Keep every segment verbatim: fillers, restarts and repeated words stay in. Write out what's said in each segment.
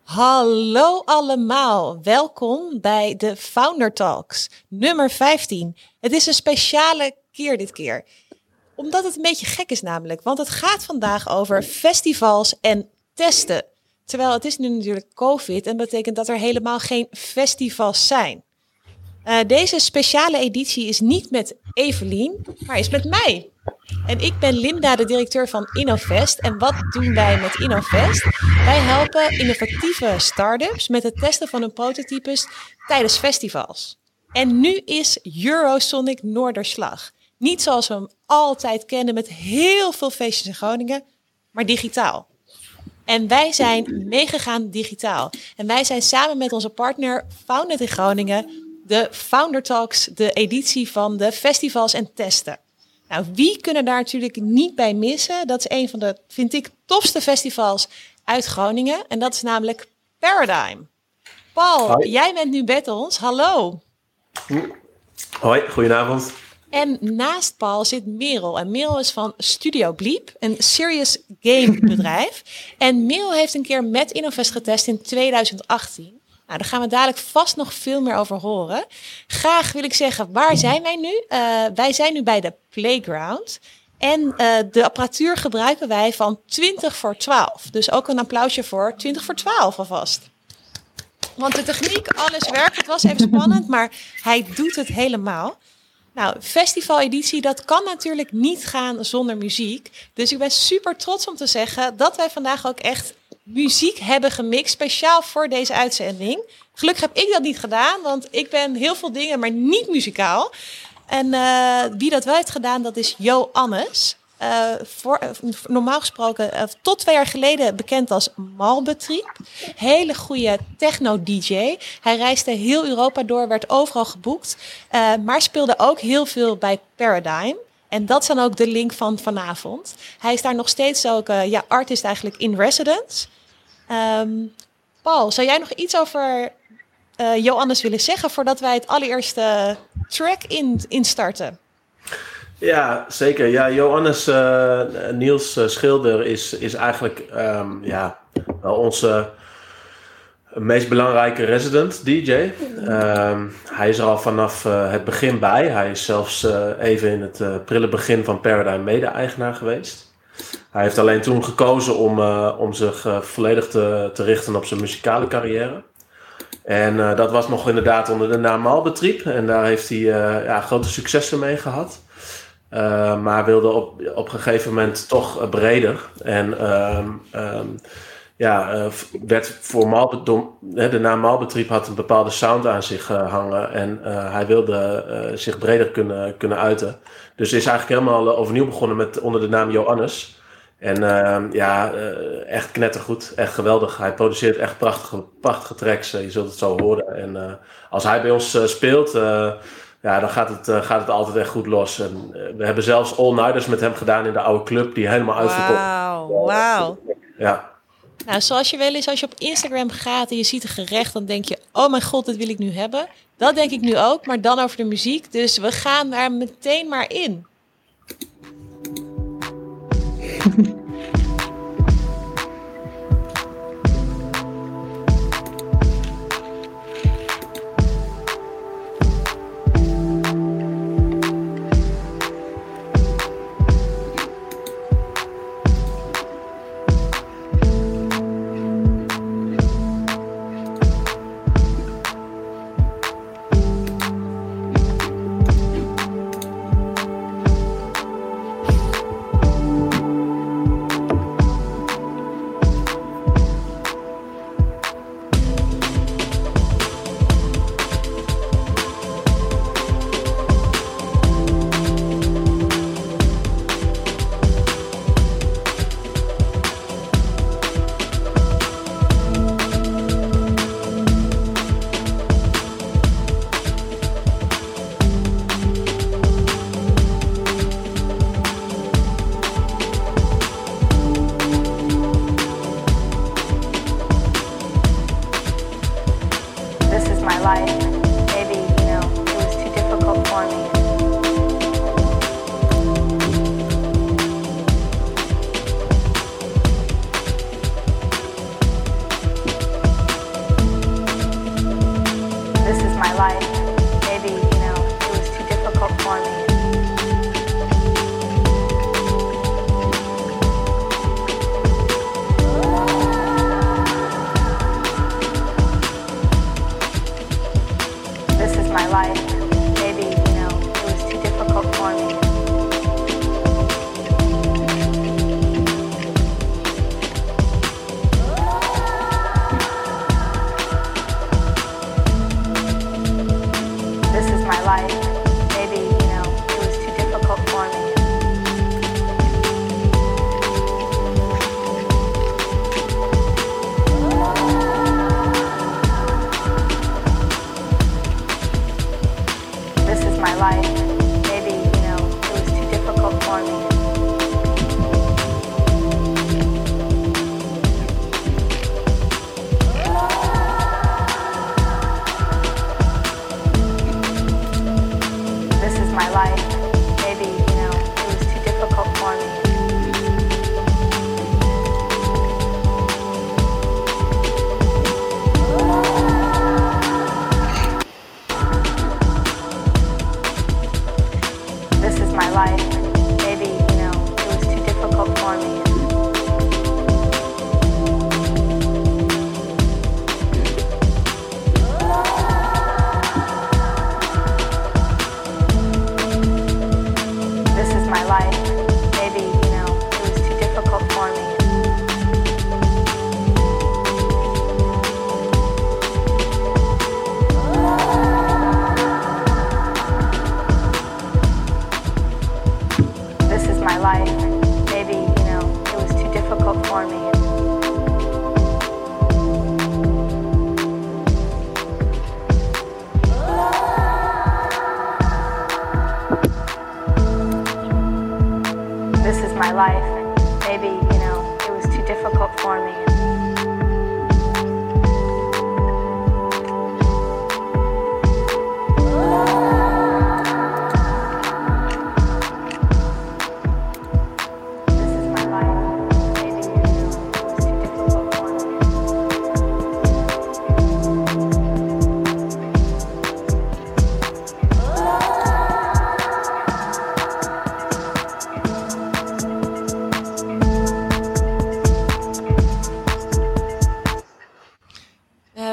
Hallo allemaal, welkom bij de Founder Talks, nummer vijftien. Het is een speciale keer dit keer, omdat het een beetje gek is namelijk, want het gaat vandaag over festivals en testen. Terwijl het is nu natuurlijk COVID en dat betekent dat er helemaal geen festivals zijn. Uh, deze speciale editie is niet met Evelien, maar is met mij. En ik ben Linda, de directeur van Innovest. En wat doen wij met Innovest? Wij helpen innovatieve start-ups met het testen van hun prototypes tijdens festivals. En nu is Eurosonic Noorderslag. Niet zoals we hem altijd kennen met heel veel feestjes in Groningen, maar digitaal. En wij zijn meegegaan digitaal. En wij zijn samen met onze partner Founded in Groningen de Founder Talks, de editie van de festivals en testen. Nou, wie kunnen daar natuurlijk niet bij missen? Dat is een van de, vind ik, tofste festivals uit Groningen. En dat is namelijk Paradigm. Paul, Hoi. Jij bent nu met ons. Hallo. Hoi, goedenavond. En naast Paul zit Merel. En Merel is van Studio Bleep, een serious game bedrijf. En Merel heeft een keer met Innovest getest in tweeduizend achttien. Nou, daar gaan we dadelijk vast nog veel meer over horen. Graag wil ik zeggen, waar zijn wij nu? Uh, wij zijn nu bij de Playground. En uh, de apparatuur gebruiken wij van twintig voor twaalf. Dus ook een applausje voor twintig voor twaalf alvast. Want de techniek, alles werkt. Het was even spannend, maar hij doet het helemaal. Nou, festivaleditie, dat kan natuurlijk niet gaan zonder muziek. Dus ik ben super trots om te zeggen dat wij vandaag ook echt muziek hebben gemixt, speciaal voor deze uitzending. Gelukkig heb ik dat niet gedaan, want ik ben heel veel dingen, maar niet muzikaal. En uh, wie dat wel heeft gedaan, dat is Joannes. Uh, voor, uh, normaal gesproken uh, tot twee jaar geleden bekend als Malbetriep. Hele goede techno-D J. Hij reisde heel Europa door, werd overal geboekt. Uh, maar speelde ook heel veel bij Paradigm. En dat is dan ook de link van vanavond. Hij is daar nog steeds ook uh, ja, artist eigenlijk in residence. Um, Paul, zou jij nog iets over uh, Joannes willen zeggen voordat wij het allereerste track in, instarten? Ja, zeker. Ja, Joannes uh, Niels uh, Schilder is, is eigenlijk um, ja, onze meest belangrijke resident D J. Um, hij is er al vanaf uh, het begin bij. Hij is zelfs uh, even in het uh, prille begin van Paradigm mede-eigenaar geweest. Hij heeft alleen toen gekozen om, uh, om zich uh, volledig te, te richten op zijn muzikale carrière. En uh, dat was nog inderdaad onder de naam Malbetriep. En daar heeft hij uh, ja, grote successen mee gehad. Uh, maar wilde op, op een gegeven moment toch uh, breder. En um, um, ja, uh, werd voor Malbetriep, de naam Malbetriep had een bepaalde sound aan zich uh, hangen. En uh, hij wilde uh, zich breder kunnen, kunnen uiten. Dus is eigenlijk helemaal uh, overnieuw begonnen met onder de naam Joannes. En uh, ja, uh, echt knettergoed, echt geweldig. Hij produceert echt prachtige, prachtige tracks, uh, je zult het zo horen. En uh, als hij bij ons uh, speelt, uh, ja, dan gaat het, uh, gaat het altijd echt goed los. En, uh, we hebben zelfs all-nighters met hem gedaan in de oude club, die helemaal uitverkocht. Wauw, wauw. Ja. Nou, zoals je wel eens, als je op Instagram gaat en je ziet een gerecht, dan denk je, oh mijn god, dit wil ik nu hebben. Dat denk ik nu ook, maar dan over de muziek. Dus we gaan daar meteen maar in.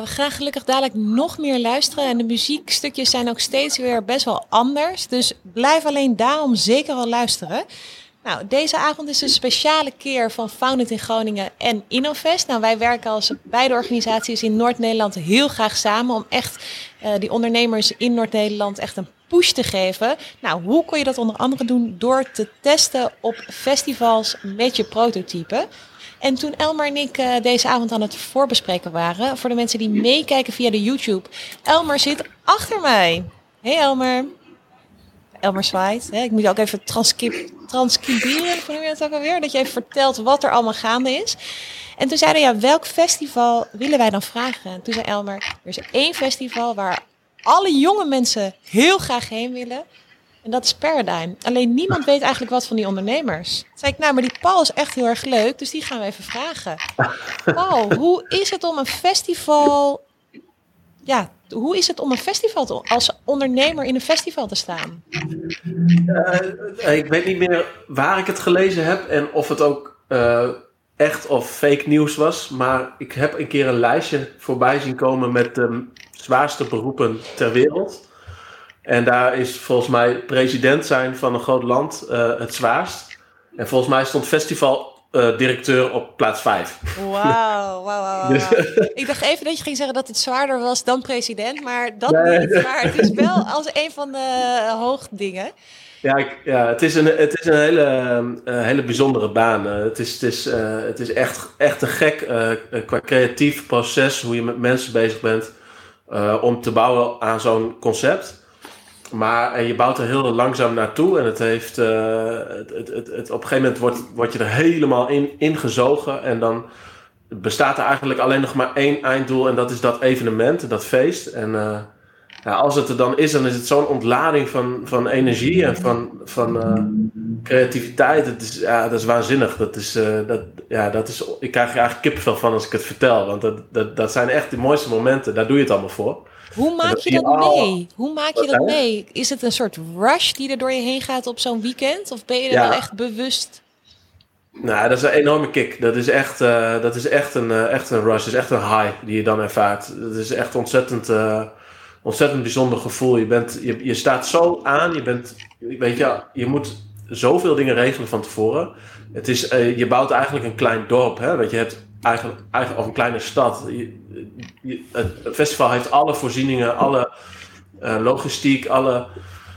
we gaan gelukkig dadelijk nog meer luisteren. En de muziekstukjes zijn ook steeds weer best wel anders. Dus blijf alleen daarom zeker wel luisteren. Nou, deze avond is een speciale keer van Founded in Groningen en Innovest. Nou, wij werken als beide organisaties in Noord-Nederland heel graag samen om echt uh, die ondernemers in Noord-Nederland echt een push te geven. Nou, hoe kon je dat onder andere doen? Door te testen op festivals met je prototype. En toen Elmer en ik uh, deze avond aan het voorbespreken waren, voor de mensen die meekijken via de YouTube, Elmer zit achter mij. Hey Elmer. Elmer zwaait. Hè? Ik moet ook even transcrib- transcriberen, hoe noem je dat ook alweer? Dat je even vertelt wat er allemaal gaande is. En toen zeiden we, ja, welk festival willen wij dan vragen? En toen zei Elmer, er is één festival waar alle jonge mensen heel graag heen willen. En dat is Paradigm. Alleen niemand weet eigenlijk wat van die ondernemers. Toen zei ik, nou, maar die Paul is echt heel erg leuk, dus die gaan we even vragen. Paul, hoe is het om een festival... Ja, hoe is het om een festival te, als ondernemer in een festival te staan? Uh, ik weet niet meer waar ik het gelezen heb en of het ook uh, echt of fake nieuws was. Maar ik heb een keer een lijstje voorbij zien komen met de zwaarste beroepen ter wereld. En daar is volgens mij president zijn van een groot land uh, het zwaarst. En volgens mij stond festival... Uh, directeur op plaats vijf. Wauw, wauw, wauw. Dus, ik dacht even dat je ging zeggen dat het zwaarder was dan president, maar dat nee. niet. Maar het is wel als een van de hoogdingen. Ja, ik, ja het is een, het is een hele, uh, hele bijzondere baan. Uh, het is, het is, uh, het is echt, echt te gek uh, qua creatief proces, hoe je met mensen bezig bent uh, om te bouwen aan zo'n concept. Maar en je bouwt er heel langzaam naartoe en het heeft, uh, het, het, het, het, op een gegeven moment wordt, word je er helemaal in, in gezogen en dan bestaat er eigenlijk alleen nog maar één einddoel en dat is dat evenement, dat feest. En uh, ja, als het er dan is, dan is het zo'n ontlading van, van energie en van, van uh, creativiteit. Het is, ja, dat is waanzinnig. Dat is, uh, dat, ja, dat is, ik krijg er eigenlijk kippenvel van als ik het vertel, want dat, dat, dat zijn echt de mooiste momenten. Daar doe je het allemaal voor. Hoe maak je dat mee? Hoe maak je dat mee? Is het een soort rush die er door je heen gaat op zo'n weekend? Of ben je er ja. wel echt bewust? Nou, dat is een enorme kick. Dat is echt, uh, dat is echt, een, uh, echt een rush. Dat is echt een high die je dan ervaart. Dat is echt ontzettend, uh, ontzettend bijzonder gevoel. Je, bent, je, je staat zo aan. Je, bent, weet je, je moet zoveel dingen regelen van tevoren. Het is, uh, je bouwt eigenlijk een klein dorp. Hè? Want je hebt eigenlijk, eigenlijk of een kleine stad. Je, je, het festival heeft alle voorzieningen, alle uh, logistiek, alle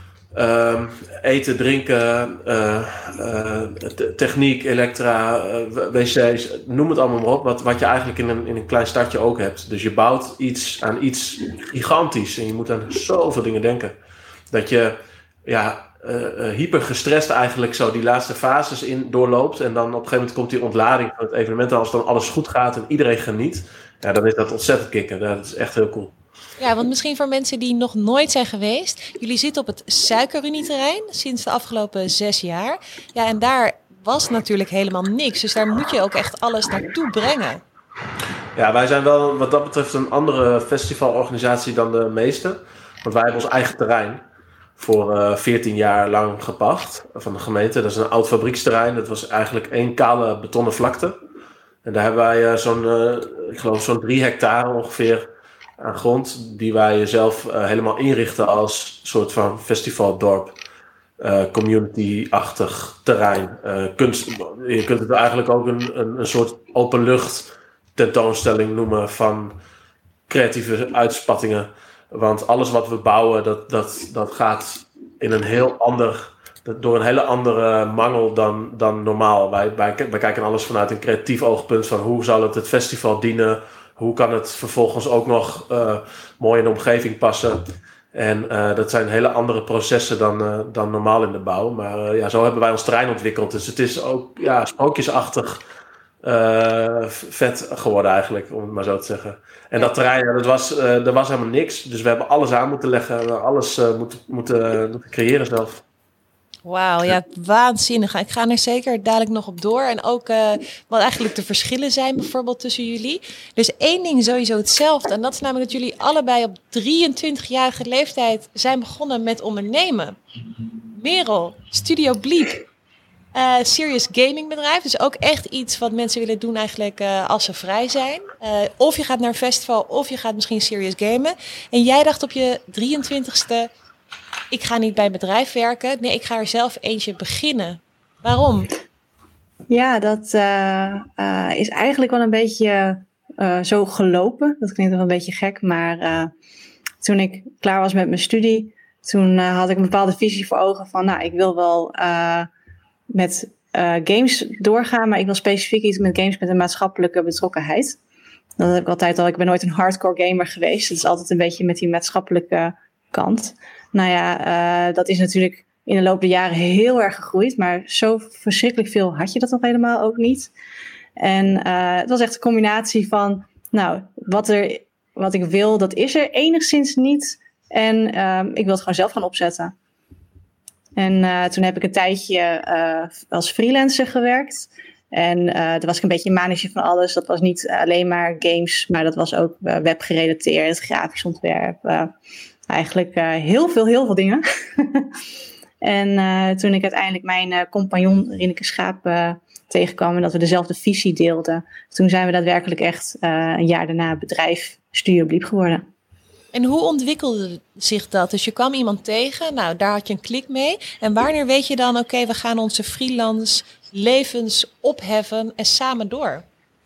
uh, eten, drinken, uh, uh, te- techniek, elektra, uh, wc's, noem het allemaal maar op. Wat, wat je eigenlijk in een, in een klein stadje ook hebt. Dus je bouwt iets aan iets gigantisch en je moet aan zoveel dingen denken. Dat je ja, uh, uh, hyper gestrest eigenlijk zo die laatste fases in doorloopt. En dan op een gegeven moment komt die ontlading van het evenement. En als dan alles goed gaat en iedereen geniet, ja, dan is dat ontzettend kicken. Dat is echt heel cool. Ja, want misschien voor mensen die nog nooit zijn geweest. Jullie zitten op het Suikerunie-terrein sinds de afgelopen zes jaar. Ja, en daar was natuurlijk helemaal niks. Dus daar moet je ook echt alles naartoe brengen. Ja, wij zijn wel wat dat betreft een andere festivalorganisatie dan de meeste. Want wij hebben ons eigen terrein voor uh, veertien jaar lang gepacht van de gemeente. Dat is een oud fabrieksterrein. Dat was eigenlijk één kale betonnen vlakte. En daar hebben wij uh, zo'n, uh, ik geloof zo'n drie hectare ongeveer aan grond, die wij zelf uh, helemaal inrichten als soort van festivaldorp. Uh, community-achtig terrein. Uh, kunst, je kunt het eigenlijk ook een, een, een soort openlucht tentoonstelling noemen van creatieve uitspattingen. Want alles wat we bouwen, dat, dat, dat gaat in een heel ander, door een hele andere mangel dan, dan normaal. Wij, wij, wij kijken alles vanuit een creatief oogpunt van hoe zal het het festival dienen. Hoe kan het vervolgens ook nog uh, mooi in de omgeving passen. En uh, dat zijn hele andere processen dan, uh, dan normaal in de bouw. Maar uh, ja, zo hebben wij ons terrein ontwikkeld. Dus het is ook ja, sprookjesachtig uh, vet geworden eigenlijk, om het maar zo te zeggen. En dat terrein, ja, dat was, uh, er was helemaal niks. Dus we hebben alles aan moeten leggen. Alles uh, moeten, moeten, moeten creëren zelf. Wauw, ja, waanzinnig. Ik ga er zeker dadelijk nog op door. En ook uh, wat eigenlijk de verschillen zijn bijvoorbeeld tussen jullie. Dus één ding sowieso hetzelfde. En dat is namelijk dat jullie allebei op drieëntwintigjarige leeftijd zijn begonnen met ondernemen. Merel, Studio Bleep. Uh, serious gaming bedrijf. Dus ook echt iets wat mensen willen doen eigenlijk uh, als ze vrij zijn. Uh, of je gaat naar een festival of je gaat misschien serious gamen. En jij dacht op je drieëntwintigste, ik ga niet bij een bedrijf werken. Nee, ik ga er zelf eentje beginnen. Waarom? Ja, dat uh, uh, is eigenlijk wel een beetje uh, zo gelopen. Dat klinkt wel een beetje gek, maar uh, toen ik klaar was met mijn studie, toen uh, had ik een bepaalde visie voor ogen van, nou, ik wil wel uh, met uh, games doorgaan, maar ik wil specifiek iets met games met een maatschappelijke betrokkenheid. Dat heb ik altijd al. Ik ben nooit een hardcore gamer geweest. Het is altijd een beetje met die maatschappelijke kant. Nou ja, uh, dat is natuurlijk in de loop der jaren heel erg gegroeid, maar zo verschrikkelijk veel had je dat nog helemaal ook niet. En uh, het was echt een combinatie van, nou, wat, er, wat ik wil, dat is er enigszins niet. En uh, ik wil het gewoon zelf gaan opzetten. En uh, toen heb ik een tijdje uh, als freelancer gewerkt. En uh, daar was ik een beetje een manetje van alles. Dat was niet alleen maar games, maar dat was ook uh, webgerelateerd, grafisch ontwerp. Uh, eigenlijk uh, heel veel, heel veel dingen. En uh, toen ik uiteindelijk mijn uh, compagnon Rineke Schaap uh, tegenkwam en dat we dezelfde visie deelden, toen zijn we daadwerkelijk echt uh, een jaar daarna bedrijf Studio Bliep geworden. En hoe ontwikkelde zich dat? Dus je kwam iemand tegen, nou daar had je een klik mee. En wanneer weet je dan, oké, okay, we gaan onze freelance levens opheffen en samen door?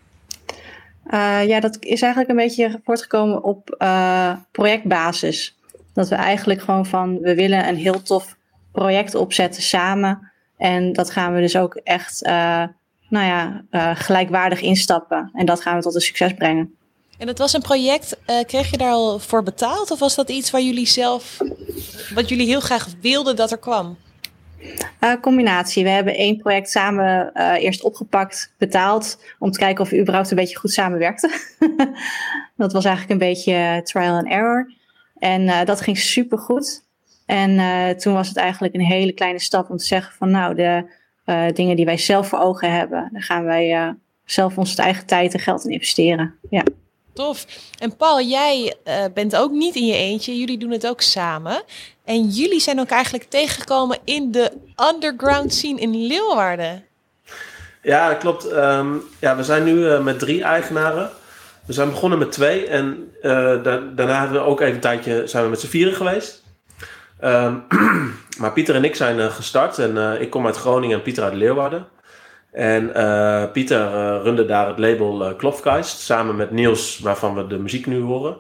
Uh, ja, dat is eigenlijk een beetje voortgekomen op uh, projectbasis. Dat we eigenlijk gewoon van, we willen een heel tof project opzetten samen. En dat gaan we dus ook echt uh, nou ja, uh, gelijkwaardig instappen. En dat gaan we tot een succes brengen. En het was een project, uh, kreeg je daar al voor betaald? Of was dat iets waar jullie zelf, wat jullie heel graag wilden dat er kwam? Uh, combinatie. We hebben één project samen uh, eerst opgepakt, betaald, om te kijken of we überhaupt een beetje goed samenwerkten. Dat was eigenlijk een beetje trial and error. En uh, dat ging supergoed. En uh, toen was het eigenlijk een hele kleine stap om te zeggen van, nou, de uh, dingen die wij zelf voor ogen hebben, daar gaan wij uh, zelf onze eigen tijd en geld in investeren. Ja. Tof. En Paul, jij uh, bent ook niet in je eentje. Jullie doen het ook samen. En jullie zijn ook eigenlijk tegengekomen in de underground scene in Leeuwarden. Ja, dat klopt. Um, ja, we zijn nu uh, met drie eigenaren. We zijn begonnen met twee. En uh, da- daarna hebben we ook even een tijdje zijn we met z'n vieren geweest. Um, maar Pieter en ik zijn uh, gestart. En uh, ik kom uit Groningen en Pieter uit Leeuwarden. En uh, Pieter uh, runde daar het label uh, Klofgeist, samen met Niels, waarvan we de muziek nu horen.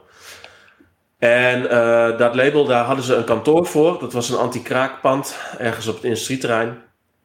En uh, dat label, daar hadden ze een kantoor voor. Dat was een anti-kraakpand, ergens op het industrieterrein.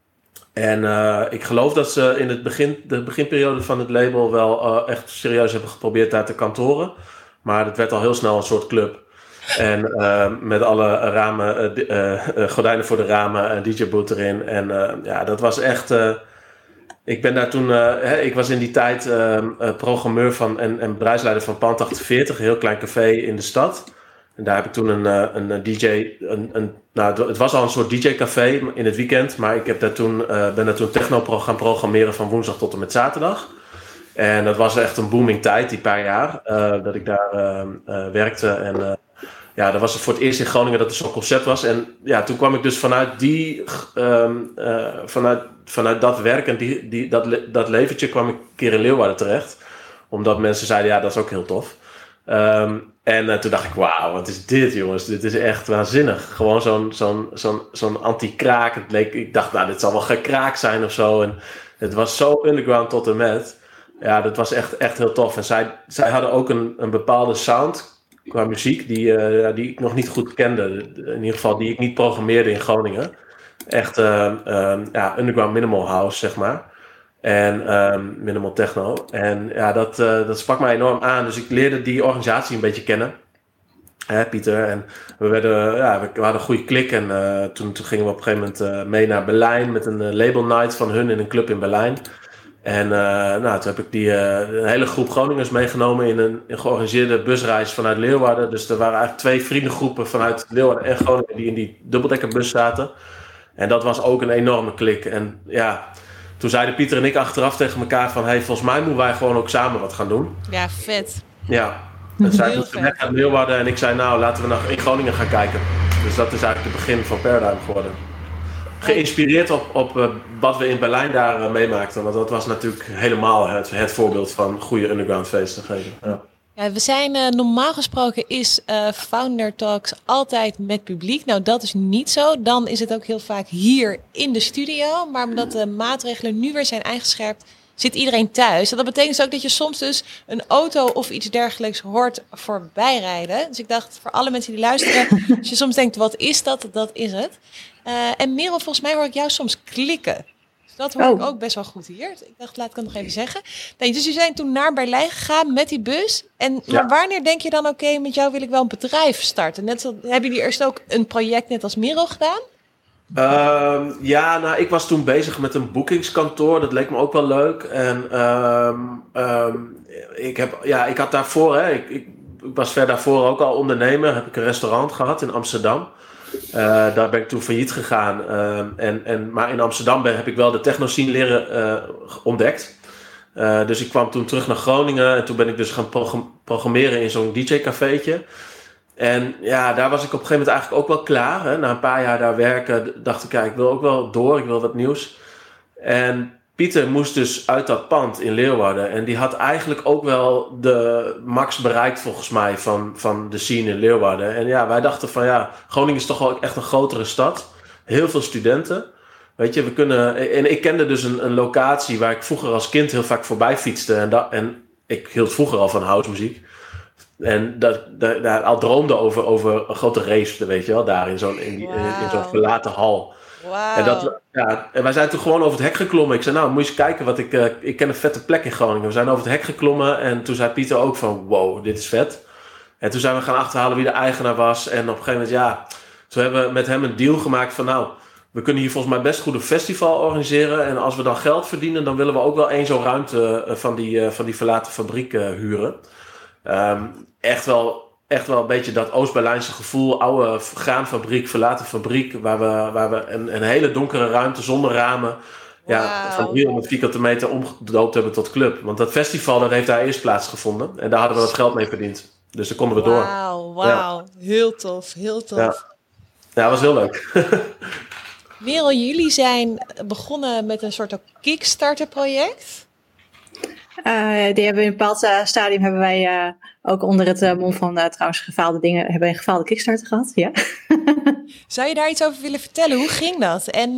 En uh, ik geloof dat ze in het begin, de beginperiode van het label wel uh, echt serieus hebben geprobeerd daar te kantoren. Maar het werd al heel snel een soort club. En uh, met alle ramen, uh, uh, uh, gordijnen voor de ramen, en D J-boot erin. En uh, ja, dat was echt... Uh, Ik ben daar toen, uh, hè, ik was in die tijd uh, uh, programmeur van en, en bedrijfsleider van Pand achtenveertig, een heel klein café in de stad. En daar heb ik toen een, uh, een D J, een, een, nou, het was al een soort D J-café in het weekend, maar ik heb daar toen, uh, ben daar toen techno gaan programmeren van woensdag tot en met zaterdag. En dat was echt een booming tijd, die paar jaar, uh, dat ik daar uh, uh, werkte. En uh, ja, dat was het voor het eerst in Groningen dat er zo'n concept was. En ja, toen kwam ik dus vanuit die, um, uh, vanuit, vanuit dat werk en die, die, dat, le- dat leventje kwam ik een keer in Leeuwarden terecht. Omdat mensen zeiden, ja, dat is ook heel tof. Um, en uh, toen dacht ik, wauw, wat is dit, jongens? Dit is echt waanzinnig. Gewoon zo'n, zo'n, zo'n, zo'n anti-kraak. Het leek, ik dacht, nou, dit zal wel gekraak zijn of zo. En het was zo underground tot en met. Ja, dat was echt, echt heel tof. En zij, zij hadden ook een, een bepaalde sound qua muziek die, uh, die ik nog niet goed kende. In ieder geval die ik niet programmeerde in Groningen. Echt uh, uh, ja, underground minimal house, zeg maar. En um, minimal techno. En ja, dat, uh, dat sprak mij enorm aan. Dus ik leerde die organisatie een beetje kennen. Hè, Pieter. En we, werden, ja, we hadden een goede klik. En uh, toen, toen gingen we op een gegeven moment uh, mee naar Berlijn. Met een uh, label night van hun in een club in Berlijn. En uh, nou, toen heb ik die, uh, een hele groep Groningers meegenomen in een, een georganiseerde busreis vanuit Leeuwarden. Dus er waren eigenlijk twee vriendengroepen vanuit Leeuwarden en Groningen die in die dubbeldekkerbus zaten. En dat was ook een enorme klik. En ja, toen zeiden Pieter en ik achteraf tegen elkaar van, hey, volgens mij moeten wij gewoon ook samen wat gaan doen. Ja, vet. Ja, en zij moesten weg naar Leeuwarden en ik zei, nou, laten we naar in Groningen gaan kijken. Dus dat is eigenlijk het begin van Paradigm geworden. geïnspireerd op, op uh, wat we in Berlijn daar uh, meemaakten. Want dat was natuurlijk helemaal het, het voorbeeld van goede underground feesten geven. Ja. Ja, we zijn uh, normaal gesproken is uh, Founder Talks altijd met publiek. Nou, dat is niet zo. Dan is het ook heel vaak hier in de studio. Maar omdat de maatregelen nu weer zijn aangescherpt, zit iedereen thuis. En dat betekent dus ook dat je soms dus een auto of iets dergelijks hoort voorbij rijden. Dus ik dacht, voor alle mensen die luisteren, als je soms denkt, wat is dat? Dat is het. Uh, en Merel, volgens mij hoor ik jou soms klikken. Dat hoor oh. ik ook best wel goed hier. Ik dacht, laat ik het nog even zeggen. Nee, dus jullie zijn toen naar Berlijn gegaan met die bus. En, maar ja. wanneer denk je dan, oké, okay, met jou wil ik wel een bedrijf starten? Net zo, hebben jullie eerst ook een project net als Merel gedaan? Uh, ja, nou, ik was toen bezig met een boekingskantoor. Dat leek me ook wel leuk. En uh, uh, ik, heb, ja, ik had daarvoor, hè, ik, ik, ik was ver daarvoor ook al ondernemer. Heb ik een restaurant gehad in Amsterdam. Uh, daar ben ik toen failliet gegaan. Uh, en, en, maar in Amsterdam ben, heb ik wel de techno-scene leren uh, ontdekt. Uh, dus ik kwam toen terug naar Groningen. En toen ben ik dus gaan pro- programmeren in zo'n D J-cafeetje. En ja, daar was ik op een gegeven moment eigenlijk ook wel klaar. Hè. Na een paar jaar daar werken dacht ik, ja, ik wil ook wel door. Ik wil wat nieuws. En Pieter moest dus uit dat pand in Leeuwarden. En die had eigenlijk ook wel de max bereikt volgens mij van, van de scene in Leeuwarden. En ja, wij dachten van ja, Groningen is toch wel echt een grotere stad. Heel veel studenten. Weet je, we kunnen... En ik kende dus een, een locatie waar ik vroeger als kind heel vaak voorbij fietste. En, dat, en ik hield vroeger al van housemuziek. En dat, dat, daar al droomde over, over een grote race, weet je wel, daar in zo'n, in, wow. in, in zo'n verlaten hal. Wow. En, dat, ja, en wij zijn toen gewoon over het hek geklommen. Ik zei, nou, moet je eens kijken, wat ik, uh, ik ken een vette plek in Groningen. We zijn over het hek geklommen en toen zei Pieter ook van, wow, dit is vet. En toen zijn we gaan achterhalen wie de eigenaar was. En op een gegeven moment, ja, toen hebben we met hem een deal gemaakt van, nou, we kunnen hier volgens mij best goed een festival organiseren. En als we dan geld verdienen, dan willen we ook wel één zo'n ruimte uh, van, die, uh, van die verlaten fabriek uh, huren. Um, echt wel... Echt wel een beetje dat Oost-Berlijnse gevoel, oude graanfabriek, verlaten fabriek, waar we, waar we een, een hele donkere ruimte zonder ramen, ja, wow. van driehonderd vierkante meter omgedoopt hebben tot club. Want dat festival, dat heeft daar eerst plaatsgevonden en daar hadden we wat geld mee verdiend. Dus daar konden we door. Wauw, wauw. Ja. Heel tof, heel tof. Ja, ja, dat was heel leuk. Merel, jullie zijn begonnen met een soort Kickstarter project. Uh, die hebben we in een bepaald uh, stadium hebben wij uh, ook onder het uh, mom van uh, trouwens gefaalde dingen hebben wij een gefaalde Kickstarter gehad. Ja. Zou je daar iets over willen vertellen? Hoe ging dat? En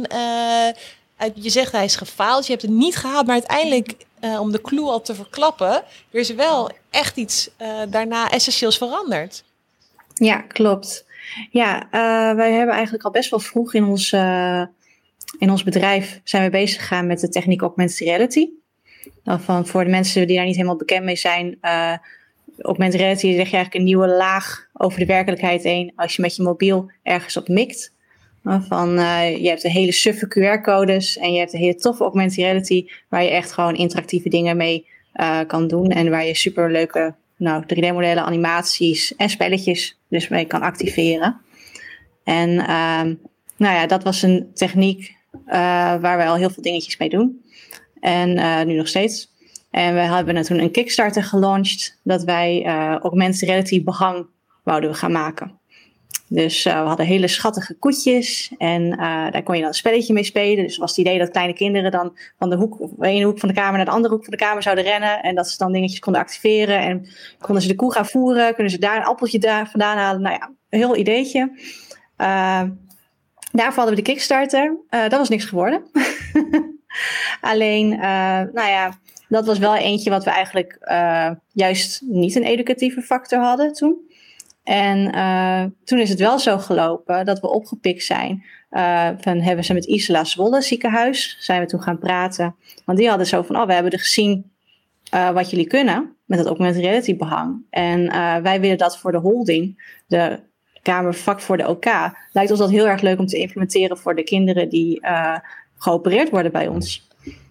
uh, je zegt hij is gefaald, je hebt het niet gehaald, maar uiteindelijk uh, om de clue al te verklappen, er is wel echt iets uh, daarna essentieels veranderd. Ja, klopt. Ja, uh, wij hebben eigenlijk al best wel vroeg in ons, uh, in ons bedrijf zijn we bezig gegaan met de techniek augmented reality. Van, voor de mensen die daar niet helemaal bekend mee zijn, uh, augmented reality leg je eigenlijk een nieuwe laag over de werkelijkheid heen als je met je mobiel ergens op mikt. Van, uh, je hebt een hele suffe Q R-codes en je hebt een hele toffe augmented reality waar je echt gewoon interactieve dingen mee uh, kan doen en waar je superleuke nou, drie D-modellen, animaties en spelletjes dus mee kan activeren. En uh, nou ja, dat was een techniek uh, waar we al heel veel dingetjes mee doen. En uh, nu nog steeds. En we hebben toen een Kickstarter gelanceerd dat wij uh, augmented reality behang wouden gaan maken. Dus uh, we hadden hele schattige koetjes en uh, daar kon je dan een spelletje mee spelen. Dus was het idee dat kleine kinderen dan van de hoek, van de ene hoek van de kamer naar de andere hoek van de kamer zouden rennen. En dat ze dan dingetjes konden activeren. En konden ze de koe gaan voeren, kunnen ze daar een appeltje daar vandaan halen. Nou ja, een heel ideetje. Uh, daarvoor hadden we de Kickstarter. Uh, dat was niks geworden. Alleen, uh, nou ja, dat was wel eentje wat we eigenlijk uh, juist niet een educatieve factor hadden toen. En uh, toen is het wel zo gelopen dat we opgepikt zijn. Uh, van hebben ze met Isola Zwolle ziekenhuis, zijn we toen gaan praten. Want die hadden zo van, oh, we hebben er gezien uh, wat jullie kunnen met dat augmented reality behang. En uh, wij willen dat voor de holding, de kamer vak voor de O K. Lijkt ons dat heel erg leuk om te implementeren voor de kinderen die uh, geopereerd worden bij ons.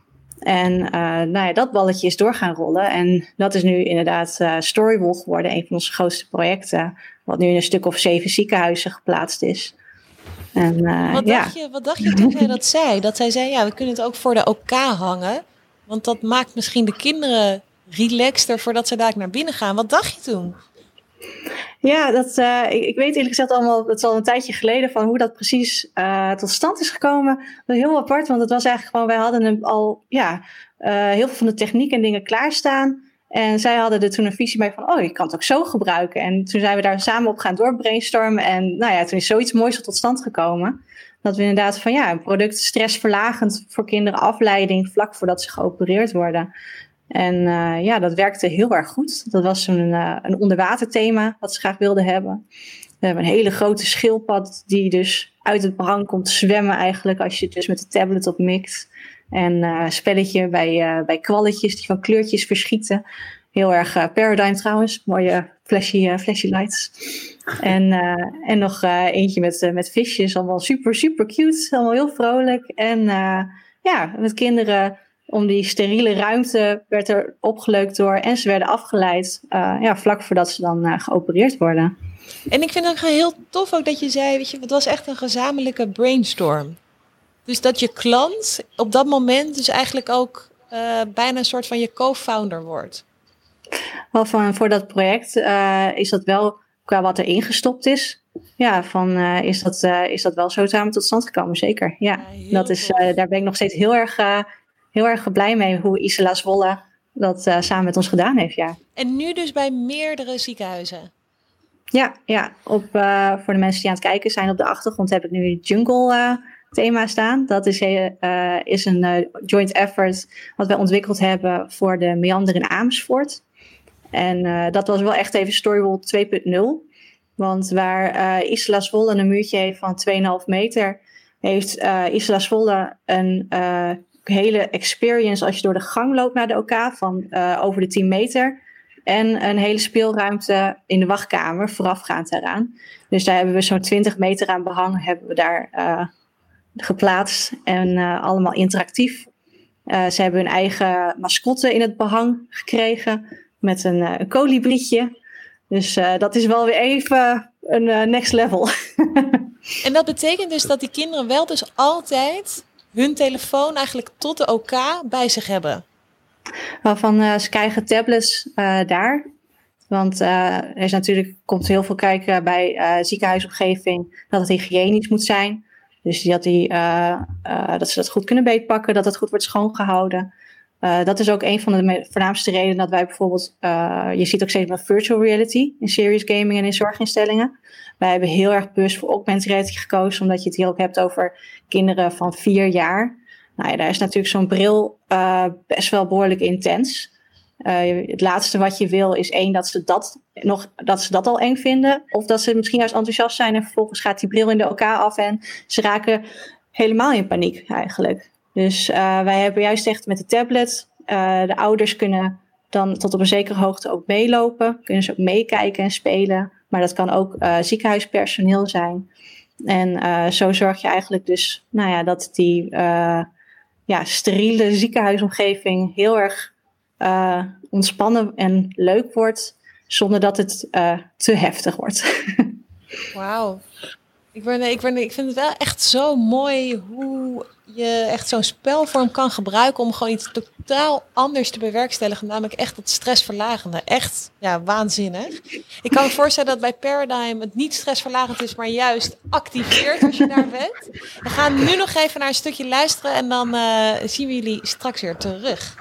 En uh, nou ja, dat balletje is door gaan rollen. En dat is nu inderdaad uh, Storywall geworden. Een van onze grootste projecten. Wat nu in een stuk of zeven ziekenhuizen geplaatst is. En, uh, wat, ja. dacht je, wat dacht je toen zij dat zei? Dat zij zei, ja, we kunnen het ook voor de O K hangen. Want dat maakt misschien de kinderen relaxter voordat ze daar naar binnen gaan. Wat dacht je toen? Ja, dat, uh, ik, ik weet eerlijk gezegd allemaal, het is al een tijdje geleden, van hoe dat precies uh, tot stand is gekomen. Dat is heel apart, want het was eigenlijk gewoon, wij hadden hem al, ja, uh, heel veel van de techniek en dingen klaarstaan. En zij hadden er toen een visie bij van, oh, je kan het ook zo gebruiken. En toen zijn we daar samen op gaan doorbrainstormen. En nou ja, toen is zoiets moois tot stand gekomen. Dat we inderdaad van, ja, een product stressverlagend voor kinderen, afleiding, vlak voordat ze geopereerd worden. En uh, ja, dat werkte heel erg goed. Dat was een, uh, een onderwaterthema wat ze graag wilden hebben. We hebben een hele grote schildpad die dus uit het behang komt zwemmen eigenlijk, als je het dus met de tablet op mikt. En uh, een spelletje bij, uh, bij kwalletjes die van kleurtjes verschieten. Heel erg uh, Paradigm trouwens, mooie flashy, uh, flashy lights. En, uh, en nog uh, eentje met, uh, met visjes, allemaal super, super cute. Allemaal heel vrolijk. En uh, ja, met kinderen om die steriele ruimte werd er opgeleukt door. En ze werden afgeleid uh, ja, vlak voordat ze dan uh, geopereerd worden. En ik vind het ook heel tof ook dat je zei, weet je, het was echt een gezamenlijke brainstorm. Dus dat je klant op dat moment dus eigenlijk ook uh, bijna een soort van je co-founder wordt. Wel van, voor dat project uh, is dat wel qua wat er ingestopt is. Ja, van, uh, is, dat, uh, is dat wel zo samen tot stand gekomen, zeker. Ja, ja dat is, uh, daar ben ik nog steeds heel erg, uh, heel erg blij mee hoe Isola Zwolle dat uh, samen met ons gedaan heeft. Ja. En nu dus bij meerdere ziekenhuizen? Ja, ja op, uh, voor de mensen die aan het kijken zijn op de achtergrond heb ik nu Jungle uh, thema staan. Dat is, uh, is een uh, joint effort wat wij ontwikkeld hebben voor de Meander in Amersfoort. En uh, dat was wel echt even Storyworld twee punt nul. Want waar uh, Isola Zwolle een muurtje heeft van twee komma vijf meter... heeft uh, Isola Zwolle een uh, hele experience als je door de gang loopt naar de O K van uh, over de tien meter... En een hele speelruimte in de wachtkamer voorafgaand daaraan. Dus daar hebben we zo'n twintig meter aan behang hebben we daar uh, geplaatst. En uh, allemaal interactief. Uh, ze hebben hun eigen mascotte in het behang gekregen. Met een, uh, een kolibrietje. Dus uh, dat is wel weer even een uh, next level. En dat betekent dus dat die kinderen wel dus altijd hun telefoon eigenlijk tot de O K bij zich hebben. Waarvan uh, ze krijgen tablets uh, daar. Want uh, er is natuurlijk, komt heel veel kijken bij uh, ziekenhuisomgeving dat het hygiënisch moet zijn. Dus dat, die, uh, uh, dat ze dat goed kunnen beetpakken, dat het goed wordt schoongehouden. Uh, dat is ook een van de me- voornaamste redenen dat wij bijvoorbeeld... Uh, je ziet ook steeds meer virtual reality in serious gaming en in zorginstellingen. Wij hebben heel erg bewust voor augmented reality gekozen, omdat je het hier ook hebt over kinderen van vier jaar... Nou ja, daar is natuurlijk zo'n bril uh, best wel behoorlijk intens. Uh, het laatste wat je wil is één, dat ze dat, nog, dat ze dat al eng vinden. Of dat ze misschien juist enthousiast zijn en vervolgens gaat die bril in de O K af en ze raken helemaal in paniek eigenlijk. Dus uh, wij hebben juist echt met de tablet, uh, de ouders kunnen dan tot op een zekere hoogte ook meelopen. Kunnen ze ook meekijken en spelen. Maar dat kan ook uh, ziekenhuispersoneel zijn. En uh, zo zorg je eigenlijk dus nou ja, dat die... Uh, ja, steriele ziekenhuisomgeving heel erg uh, ontspannen en leuk wordt, zonder dat het uh, te heftig wordt. Wauw. Ik, ben, ik, ben, ik vind het wel echt zo mooi hoe je echt zo'n spelvorm kan gebruiken om gewoon iets totaal anders te bewerkstelligen. Namelijk echt het stressverlagende. Echt, ja, waanzinnig. Ik kan me voorstellen dat bij Paradigm het niet stressverlagend is, maar juist activeert als je daar bent. We gaan nu nog even naar een stukje luisteren en dan uh, zien we jullie straks weer terug.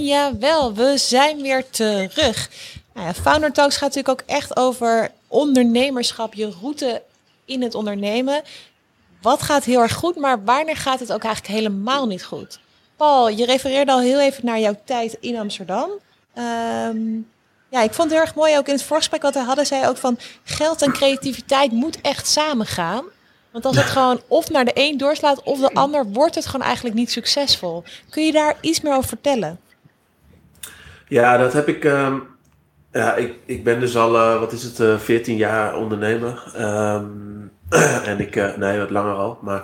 jawel, we zijn weer terug. Nou ja, Founder Talks gaat natuurlijk ook echt over ondernemerschap, je route in het ondernemen. Wat gaat heel erg goed, maar wanneer gaat het ook eigenlijk helemaal niet goed? Paul, je refereerde al heel even naar jouw tijd in Amsterdam. Um, ja, ik vond het heel erg mooi ook in het voorgesprek wat we hadden, zei ook van geld en creativiteit moet echt samengaan. Want als het gewoon of naar de een doorslaat of de ander, wordt het gewoon eigenlijk niet succesvol. Kun je daar iets meer over vertellen? Ja, dat heb ik... Um, ja, ik, ik ben dus al, uh, wat is het, uh, veertien jaar ondernemer. Um, en ik, uh, nee, wat langer al. Maar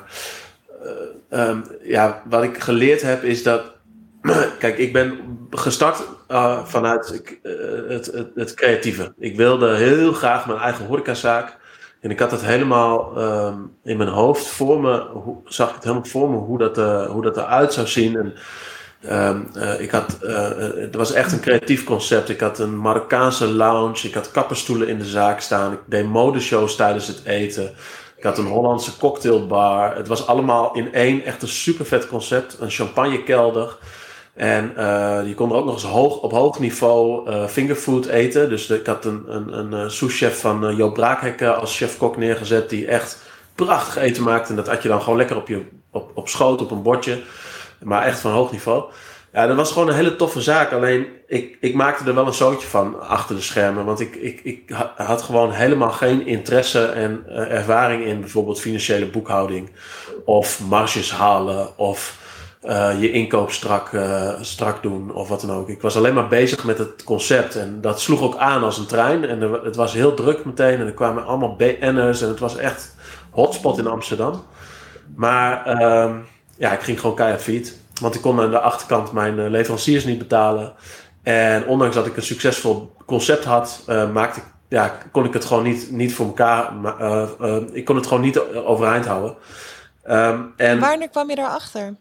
uh, um, ja, wat ik geleerd heb is dat... Kijk, ik ben gestart uh, vanuit uh, het, het, het creatieve. Ik wilde heel graag mijn eigen horecazaak. En ik had het helemaal um, in mijn hoofd voor me, hoe, zag ik het helemaal voor me hoe dat, uh, hoe dat eruit zou zien. En, um, uh, ik had, uh, het was echt een creatief concept. Ik had een Marokkaanse lounge, ik had kapperstoelen in de zaak staan. Ik deed modeshows tijdens het eten. Ik had een Hollandse cocktailbar. Het was allemaal in één, echt een super vet concept. Een champagnekelder. En uh, je kon er ook nog eens hoog, op hoog niveau uh, fingerfood eten. Dus de, ik had een, een, een uh, souschef van uh, Joop Braakhekke als chef-kok neergezet. Die echt prachtig eten maakte. En dat had je dan gewoon lekker op, je, op, op schoot, op een bordje. Maar echt van hoog niveau. Ja, dat was gewoon een hele toffe zaak. Alleen, ik, ik maakte er wel een zootje van achter de schermen. Want ik, ik, ik had gewoon helemaal geen interesse en uh, ervaring in bijvoorbeeld financiële boekhouding. Of marges halen, of... Uh, je inkoop strak, uh, strak doen of wat dan ook. Ik was alleen maar bezig met het concept. En dat sloeg ook aan als een trein. En er, het was heel druk meteen. En er kwamen allemaal B N'ers. En het was echt hotspot in Amsterdam. Maar uh, ja, ik ging gewoon keihard failliet. Want ik kon aan de achterkant mijn uh, leveranciers niet betalen. En ondanks dat ik een succesvol concept had, uh, maakte ik, ja, kon ik het gewoon niet, niet voor elkaar. Uh, uh, ik kon het gewoon niet overeind houden. Um, en wanneer kwam je daarachter?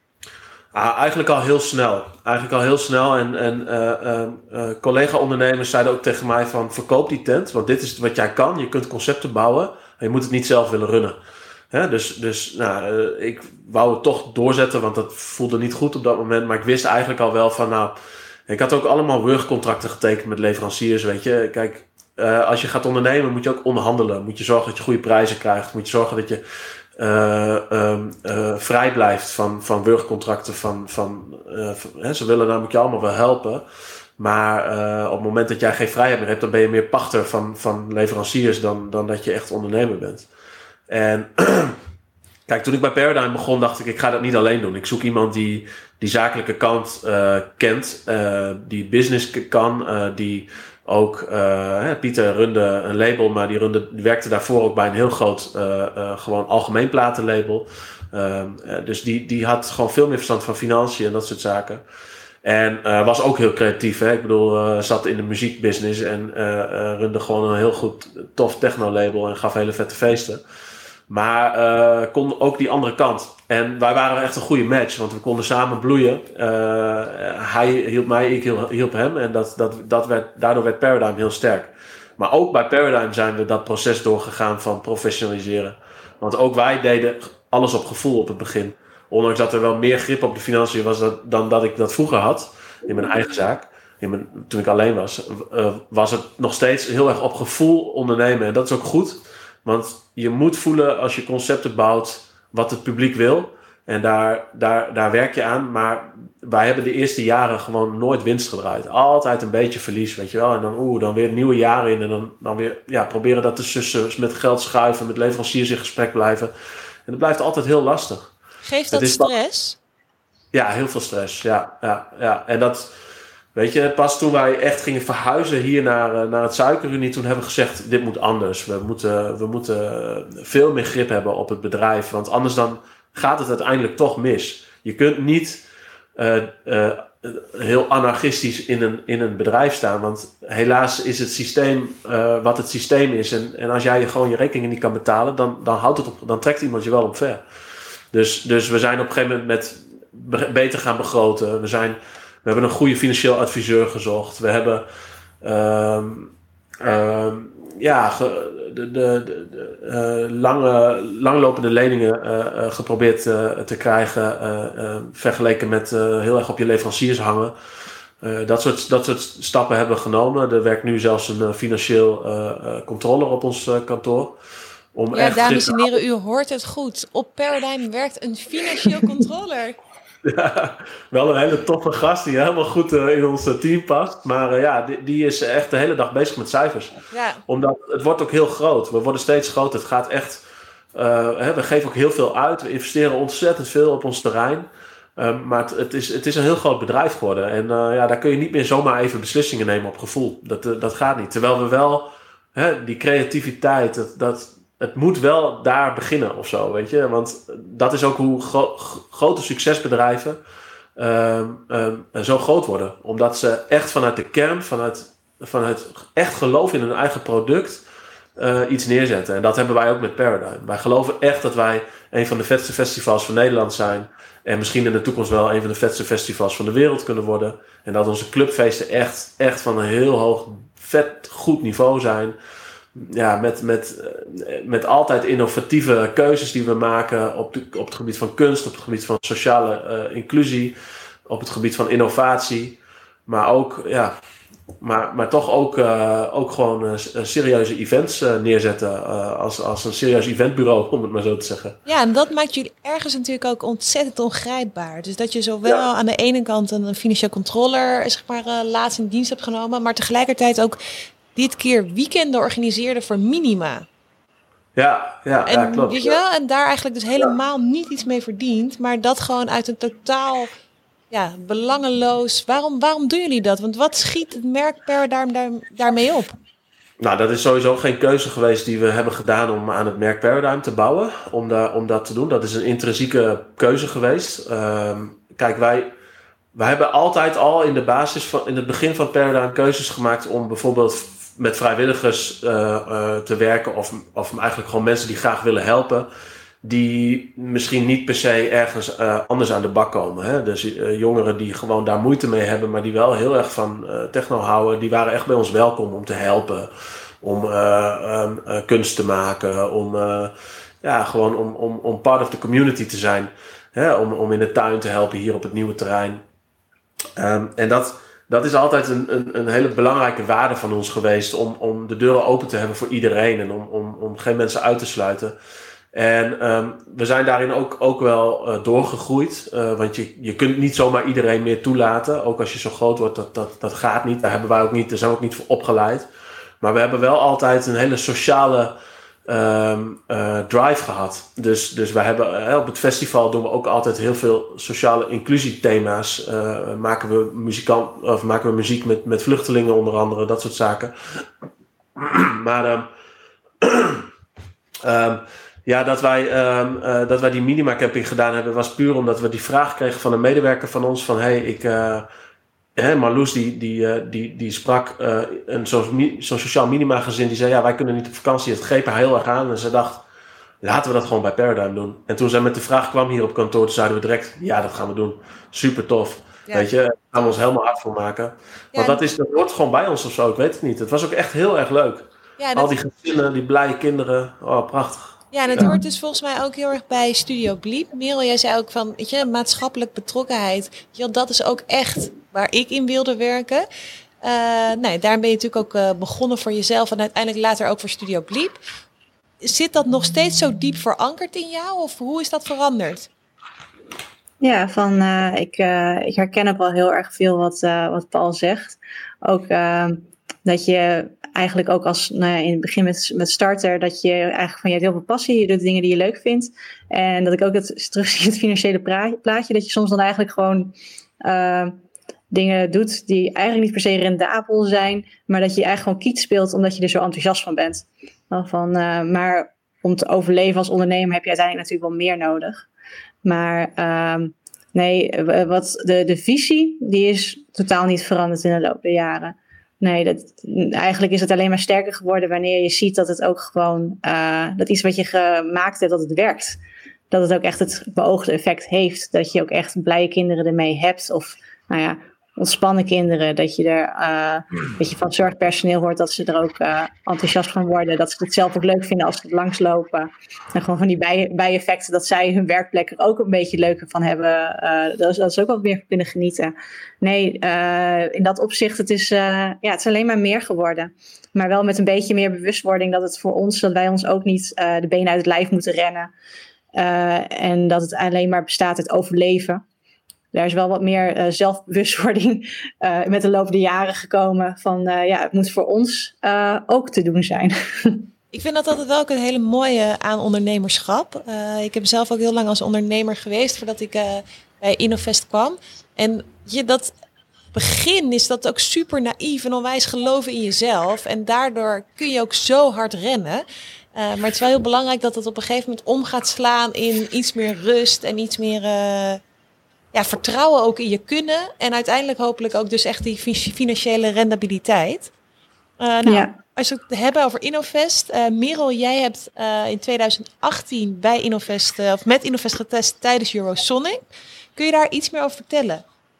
Ah, eigenlijk al heel snel. Eigenlijk al heel snel. En, en uh, uh, uh, collega-ondernemers zeiden ook tegen mij van... verkoop die tent, want dit is wat jij kan. Je kunt concepten bouwen. En je moet het niet zelf willen runnen. Hè? Dus, dus nou, uh, ik wou het toch doorzetten, want dat voelde niet goed op dat moment. Maar ik wist eigenlijk al wel van... nou, ik had ook allemaal wurgcontracten getekend met leveranciers, weet je. Kijk, uh, als je gaat ondernemen moet je ook onderhandelen. Moet je zorgen dat je goede prijzen krijgt. Moet je zorgen dat je... Uh, um, uh, vrij blijft van, van wurgcontracten. Van, van, uh, van, hè, ze willen namelijk je allemaal wel helpen. Maar uh, op het moment dat jij geen vrijheid meer hebt, dan ben je meer pachter van, van leveranciers dan, dan dat je echt ondernemer bent. En kijk, toen ik bij Paradigm begon, dacht ik, ik ga dat niet alleen doen. Ik zoek iemand die die zakelijke kant uh, kent, uh, die business kan, uh, die ook, uh, Pieter runde een label, maar die, runde, die werkte daarvoor ook bij een heel groot, uh, uh, gewoon algemeen platenlabel. Uh, uh, dus die, die had gewoon veel meer verstand van financiën en dat soort zaken. En uh, was ook heel creatief. Hè? Ik bedoel, uh, zat in de muziekbusiness en uh, uh, runde gewoon een heel goed, tof techno-label en gaf hele vette feesten. Maar uh, kon ook die andere kant. En wij waren echt een goede match, want we konden samen bloeien. Uh, hij hielp mij, ik hielp hem. En dat, dat, dat werd, daardoor werd Paradigm heel sterk. Maar ook bij Paradigm zijn we dat proces doorgegaan van professionaliseren. Want ook wij deden alles op gevoel op het begin. Ondanks dat er wel meer grip op de financiën was dat, dan dat ik dat vroeger had. In mijn eigen zaak. In mijn, toen ik alleen was. Uh, was het nog steeds heel erg op gevoel ondernemen. En dat is ook goed. Want je moet voelen als je concepten bouwt wat het publiek wil. En daar, daar, daar werk je aan. Maar wij hebben de eerste jaren gewoon nooit winst gedraaid. Altijd een beetje verlies, weet je wel. En dan, oeh, dan weer nieuwe jaren in. En dan, dan weer ja, proberen dat te sussen. Met geld schuiven, met leveranciers in gesprek blijven. En dat blijft altijd heel lastig. Geeft dat stress? Ja, heel veel stress. Ja, ja, ja. En dat... Weet je, pas toen wij echt gingen verhuizen hier naar, naar het Suikerunie, toen hebben we gezegd, dit moet anders. We moeten, we moeten veel meer grip hebben op het bedrijf, want anders dan gaat het uiteindelijk toch mis. Je kunt niet uh, uh, heel anarchistisch in een, in een bedrijf staan, want helaas is het systeem uh, wat het systeem is. En, en als jij gewoon je rekeningen niet kan betalen, dan, dan, houdt het op, dan trekt iemand je wel omver. Dus, dus we zijn op een gegeven moment met beter gaan begroten. We zijn... We hebben een goede financieel adviseur gezocht. We hebben um, um, ja, ge, de, de, de uh, lange, langlopende leningen uh, uh, geprobeerd uh, te krijgen. Uh, uh, vergeleken met uh, heel erg op je leveranciers hangen. Uh, dat, soort, dat soort stappen hebben we genomen. Er werkt nu zelfs een uh, financieel uh, uh, controller op ons uh, kantoor. Om ja, dames en heren, u hoort het goed. Op Paradigm werkt een financieel controller. Ja, wel een hele toffe gast die helemaal goed uh, in ons uh, team past. Maar uh, ja, die, die is echt de hele dag bezig met cijfers. Ja. Omdat het wordt ook heel groot. We worden steeds groter. Het gaat echt... Uh, hè, we geven ook heel veel uit. We investeren ontzettend veel op ons terrein. Uh, maar het, het, is, het is een heel groot bedrijf geworden. En uh, ja, daar kun je niet meer zomaar even beslissingen nemen op gevoel. Dat, uh, dat gaat niet. Terwijl we wel... Hè, die creativiteit... Dat, dat, het moet wel daar beginnen of zo, weet je. Want dat is ook hoe gro- grote succesbedrijven uh, uh, zo groot worden. Omdat ze echt vanuit de kern, vanuit, vanuit echt geloof in hun eigen product uh, iets neerzetten. En dat hebben wij ook met Paradigm. Wij geloven echt dat wij een van de vetste festivals van Nederland zijn. En misschien in de toekomst wel een van de vetste festivals van de wereld kunnen worden. En dat onze clubfeesten echt, echt van een heel hoog, vet, goed niveau zijn. Ja, met, met, met altijd innovatieve keuzes die we maken op, de, op het gebied van kunst, op het gebied van sociale uh, inclusie, op het gebied van innovatie. Maar ook, ja, maar, maar toch ook, uh, ook gewoon uh, serieuze events uh, neerzetten uh, als, als een serieus eventbureau, om het maar zo te zeggen. Ja, en dat maakt jullie ergens natuurlijk ook ontzettend ongrijpbaar. Dus dat je zowel ja. aan de ene kant een financieel controller zeg maar, uh, laatst in dienst hebt genomen, maar tegelijkertijd ook dit keer weekenden organiseerde voor Minima. Ja, ja, en, ja klopt. Weet je wel? En daar eigenlijk dus helemaal ja. niet iets mee verdient. Maar dat gewoon uit een totaal ja, belangeloos... Waarom, waarom doen jullie dat? Want wat schiet het merk Paradigm daar, daarmee op? Nou, dat is sowieso geen keuze geweest die we hebben gedaan om aan het merk Paradigm te bouwen. Om, da, om dat te doen. Dat is een intrinsieke keuze geweest. Um, kijk, wij... wij hebben altijd al in de basis van... in het begin van Paradigm keuzes gemaakt om bijvoorbeeld... met vrijwilligers uh, uh, te werken of, of eigenlijk gewoon mensen die graag willen helpen, die misschien niet per se ergens uh, anders aan de bak komen. Hè? Dus uh, jongeren die gewoon daar moeite mee hebben, maar die wel heel erg van uh, techno houden, die waren echt bij ons welkom om te helpen, om uh, um, uh, kunst te maken, om, uh, ja, gewoon om, om, om part of the community te zijn, hè? Om, om in de tuin te helpen hier op het nieuwe terrein. Um, en dat... Dat is altijd een, een, een hele belangrijke waarde van ons geweest. Om, om de deuren open te hebben voor iedereen. En om, om, om geen mensen uit te sluiten. En um, we zijn daarin ook, ook wel uh, doorgegroeid. Uh, want je, je kunt niet zomaar iedereen meer toelaten. Ook als je zo groot wordt, dat, dat, dat gaat niet. Daar hebben wij ook niet, daar zijn we ook niet voor opgeleid. Maar we hebben wel altijd een hele sociale um, uh, drive gehad. Dus, dus wij hebben uh, op het festival doen we ook altijd heel veel sociale inclusiethema's. Uh, maken we muzikant, of maken we muziek met, met vluchtelingen onder andere, dat soort zaken. maar um, um, ja, dat wij, um, uh, dat wij die Minima Camping gedaan hebben, was puur omdat we die vraag kregen van een medewerker van ons van hey, ik... Uh, He, Marloes die, die, uh, die, die sprak uh, een zo'n zo sociaal minima gezin. Die zei, ja, wij kunnen niet op vakantie. Het greep haar heel erg aan. En ze dacht, laten we dat gewoon bij Paradigm doen. En toen zij met de vraag kwam hier op kantoor, toen zeiden we direct, ja, dat gaan we doen. Super tof. Ja. Weet je, daar gaan we ons helemaal hard voor maken. Want ja, dat, is, dat hoort gewoon bij ons of zo, ik weet het niet. Het was ook echt heel erg leuk. Ja, dat... Al die gezinnen, die blije kinderen. Oh, prachtig. Ja, en het ja. hoort dus volgens mij ook heel erg bij Studio Bleep. Merel, jij zei ook van, weet je, maatschappelijk betrokkenheid. Ja, dat is ook echt waar ik in wilde werken. Uh, nou, daar ben je natuurlijk ook uh, begonnen voor jezelf en uiteindelijk later ook voor Studio Bleep. Zit dat nog steeds zo diep verankerd in jou of hoe is dat veranderd? Ja, van, uh, ik, uh, ik herken ook wel heel erg veel wat, uh, wat Paul zegt. Ook uh, dat je eigenlijk ook als nou ja, in het begin met, met starter, dat je eigenlijk van je hebt heel veel passie, je doet dingen die je leuk vindt. En dat ik ook het terugzie het financiële pra- plaatje, dat je soms dan eigenlijk gewoon uh, dingen doet die eigenlijk niet per se rendabel zijn, maar dat je eigenlijk gewoon kiet speelt omdat je er zo enthousiast van bent. Van, uh, maar om te overleven als ondernemer heb je uiteindelijk natuurlijk wel meer nodig. Maar uh, nee, wat de, de visie, die is totaal niet veranderd in de loop der jaren. Nee, dat, eigenlijk is het alleen maar sterker geworden wanneer je ziet dat het ook gewoon, uh, dat iets wat je gemaakt hebt, dat het werkt. Dat het ook echt het beoogde effect heeft. Dat je ook echt blije kinderen ermee hebt. Of nou ja, ontspannen kinderen. Dat je er uh, dat je van zorgpersoneel hoort dat ze er ook uh, enthousiast van worden. Dat ze het zelf ook leuk vinden als ze er langslopen. En gewoon van die bij, bijeffecten dat zij hun werkplek er ook een beetje leuker van hebben. Uh, dat, is, dat is ook wat meer kunnen genieten. Nee, uh, in dat opzicht, het is, uh, ja, het is alleen maar meer geworden. Maar wel met een beetje meer bewustwording dat het voor ons, dat wij ons ook niet uh, de benen uit het lijf moeten rennen. Uh, en dat het alleen maar bestaat uit overleven. Daar is wel wat meer uh, zelfbewustwording uh, met de loop der jaren gekomen. Van uh, ja, het moet voor ons uh, ook te doen zijn. Ik vind dat altijd wel ook een hele mooie aan ondernemerschap. Uh, ik heb zelf ook heel lang als ondernemer geweest voordat ik uh, bij Innovest kwam. En je dat begin is dat ook super naïef en onwijs geloven in jezelf. En daardoor kun je ook zo hard rennen. Uh, maar het is wel heel belangrijk dat het op een gegeven moment om gaat slaan in iets meer rust en iets meer uh, ja, vertrouwen ook in je kunnen. En uiteindelijk hopelijk ook dus echt die financiële rendabiliteit. Uh, nou, ja. Als we het hebben over Innovest. Uh, Merel, jij hebt uh, in twintig achttien bij Innovest, uh, of met Innovest getest tijdens Eurosonic. Kun je daar iets meer over vertellen?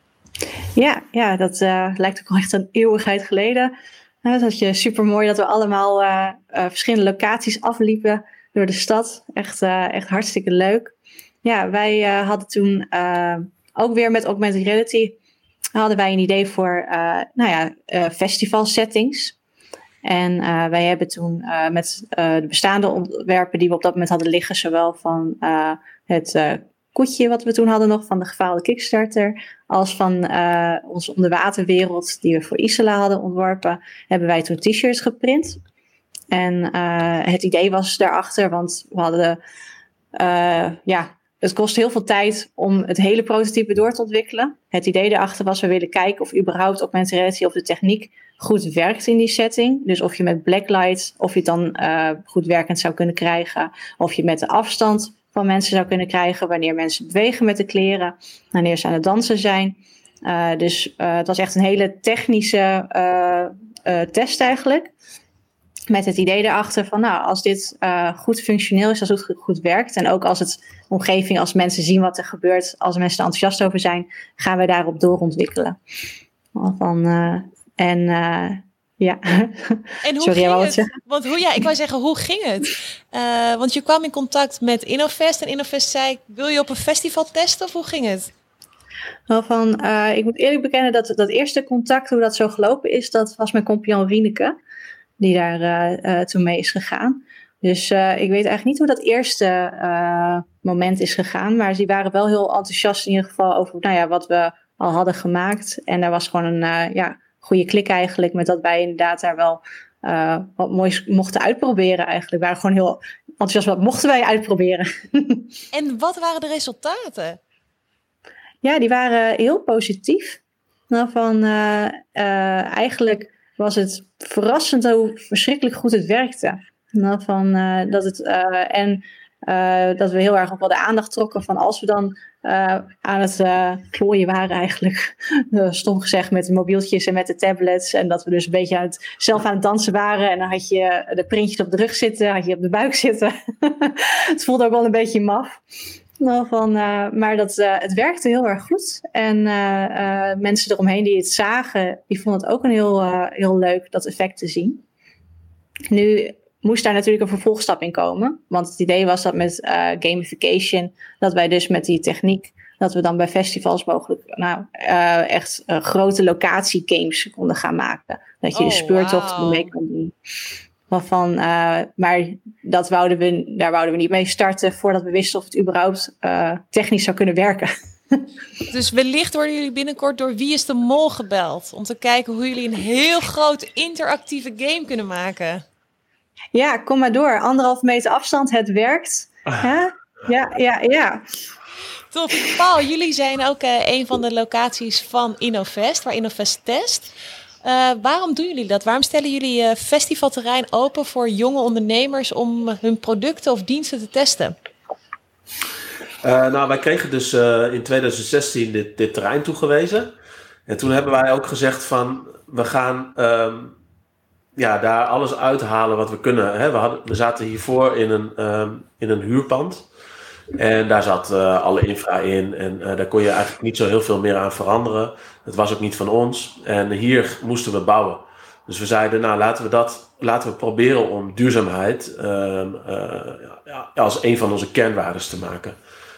Ja, ja dat uh, lijkt ook al echt een eeuwigheid geleden. Uh, dat je super mooi dat we allemaal uh, uh, verschillende locaties afliepen door de stad. Echt, uh, echt hartstikke leuk. Ja, wij uh, hadden toen uh, ook weer met Augmented Reality hadden wij een idee voor uh, nou ja, uh, festival settings. En uh, wij hebben toen uh, met uh, de bestaande ontwerpen die we op dat moment hadden liggen, zowel van uh, het uh, koetje wat we toen hadden nog van de gefaalde Kickstarter, als van uh, onze onderwaterwereld die we voor Isela hadden ontworpen, hebben wij toen t-shirts geprint. En uh, het idee was daarachter, want we hadden, uh, ja, het kost heel veel tijd om het hele prototype door te ontwikkelen. Het idee daarachter was, we willen kijken of überhaupt augmented reality of de techniek goed werkt in die setting. Dus of je met blacklight, of je het dan uh, goed werkend zou kunnen krijgen, of je met de afstand van mensen zou kunnen krijgen, wanneer mensen bewegen met de kleren, wanneer ze aan het dansen zijn. Uh, dus uh, het was echt een hele technische uh, uh, test eigenlijk. Met het idee erachter van, nou, als dit uh, goed functioneel is, als het goed, goed werkt, en ook als het omgeving, als mensen zien wat er gebeurt, als mensen er enthousiast over zijn, gaan we daarop doorontwikkelen. Van, uh, en uh, ja. En hoe Sorry, ging wat het? zeggen? Want hoe, ja, ik wou zeggen, hoe ging het? Uh, want je kwam in contact met Innovest en Innovest zei, wil je op een festival testen of hoe ging het? Wel van, uh, ik moet eerlijk bekennen dat dat eerste contact, hoe dat zo gelopen is, dat was mijn compagnon Rieneke, die daar uh, uh, toen mee is gegaan. Dus uh, ik weet eigenlijk niet hoe dat eerste uh, moment is gegaan, maar die waren wel heel enthousiast in ieder geval over, nou ja, wat we al hadden gemaakt. En daar was gewoon een uh, ja, goede klik eigenlijk, met dat wij inderdaad daar wel uh, wat moois mochten uitproberen eigenlijk. We waren gewoon heel enthousiast, wat mochten wij uitproberen. En wat waren de resultaten? Ja, die waren heel positief. Nou, van uh, uh, eigenlijk was het verrassend hoe verschrikkelijk goed het werkte. Nou, van, uh, dat het, uh, en uh, dat we heel erg op wel de aandacht trokken van als we dan uh, aan het uh, klooien waren eigenlijk, uh, stom gezegd, met de mobieltjes en met de tablets. En dat we dus een beetje aan het, zelf aan het dansen waren. En dan had je de printjes op de rug zitten, had je op de buik zitten. Het voelde ook wel een beetje maf. Nou, van, uh, maar dat, uh, het werkte heel erg goed. En uh, uh, mensen eromheen die het zagen, die vonden het ook een heel, uh, heel leuk dat effect te zien. Nu moest daar natuurlijk een vervolgstap in komen. Want het idee was dat met uh, gamification, dat wij dus met die techniek, dat we dan bij festivals mogelijk nou, uh, echt uh, grote locatiegames konden gaan maken. Dat je oh, de speurtochten wow. mee kon doen. Van, uh, maar dat wouden we, daar wouden we niet mee starten voordat we wisten of het überhaupt uh, technisch zou kunnen werken. Dus wellicht worden jullie binnenkort door Wie is de Mol gebeld om te kijken hoe jullie een heel groot interactieve game kunnen maken. Ja, kom maar door. Anderhalf meter afstand, het werkt. Ah. Ja, ja, ja, ja. Tof. Paul, jullie zijn ook uh, een van de locaties van Innovest, waar Innovest test. Uh, waarom doen jullie dat? Waarom stellen jullie uh, festivalterrein open voor jonge ondernemers om hun producten of diensten te testen? Uh, nou, wij kregen dus uh, in twintig zestien dit, dit terrein toegewezen. En toen hebben wij ook gezegd van, we gaan um, ja, daar alles uithalen wat we kunnen. Hè? We, hadden, we zaten hiervoor in een, um, in een huurpand. En daar zat uh, alle infra in. En uh, daar kon je eigenlijk niet zo heel veel meer aan veranderen. Het was ook niet van ons. En hier moesten we bouwen. Dus we zeiden, nou laten we dat, laten we proberen om duurzaamheid uh, uh, ja, als een van onze kernwaarden te maken.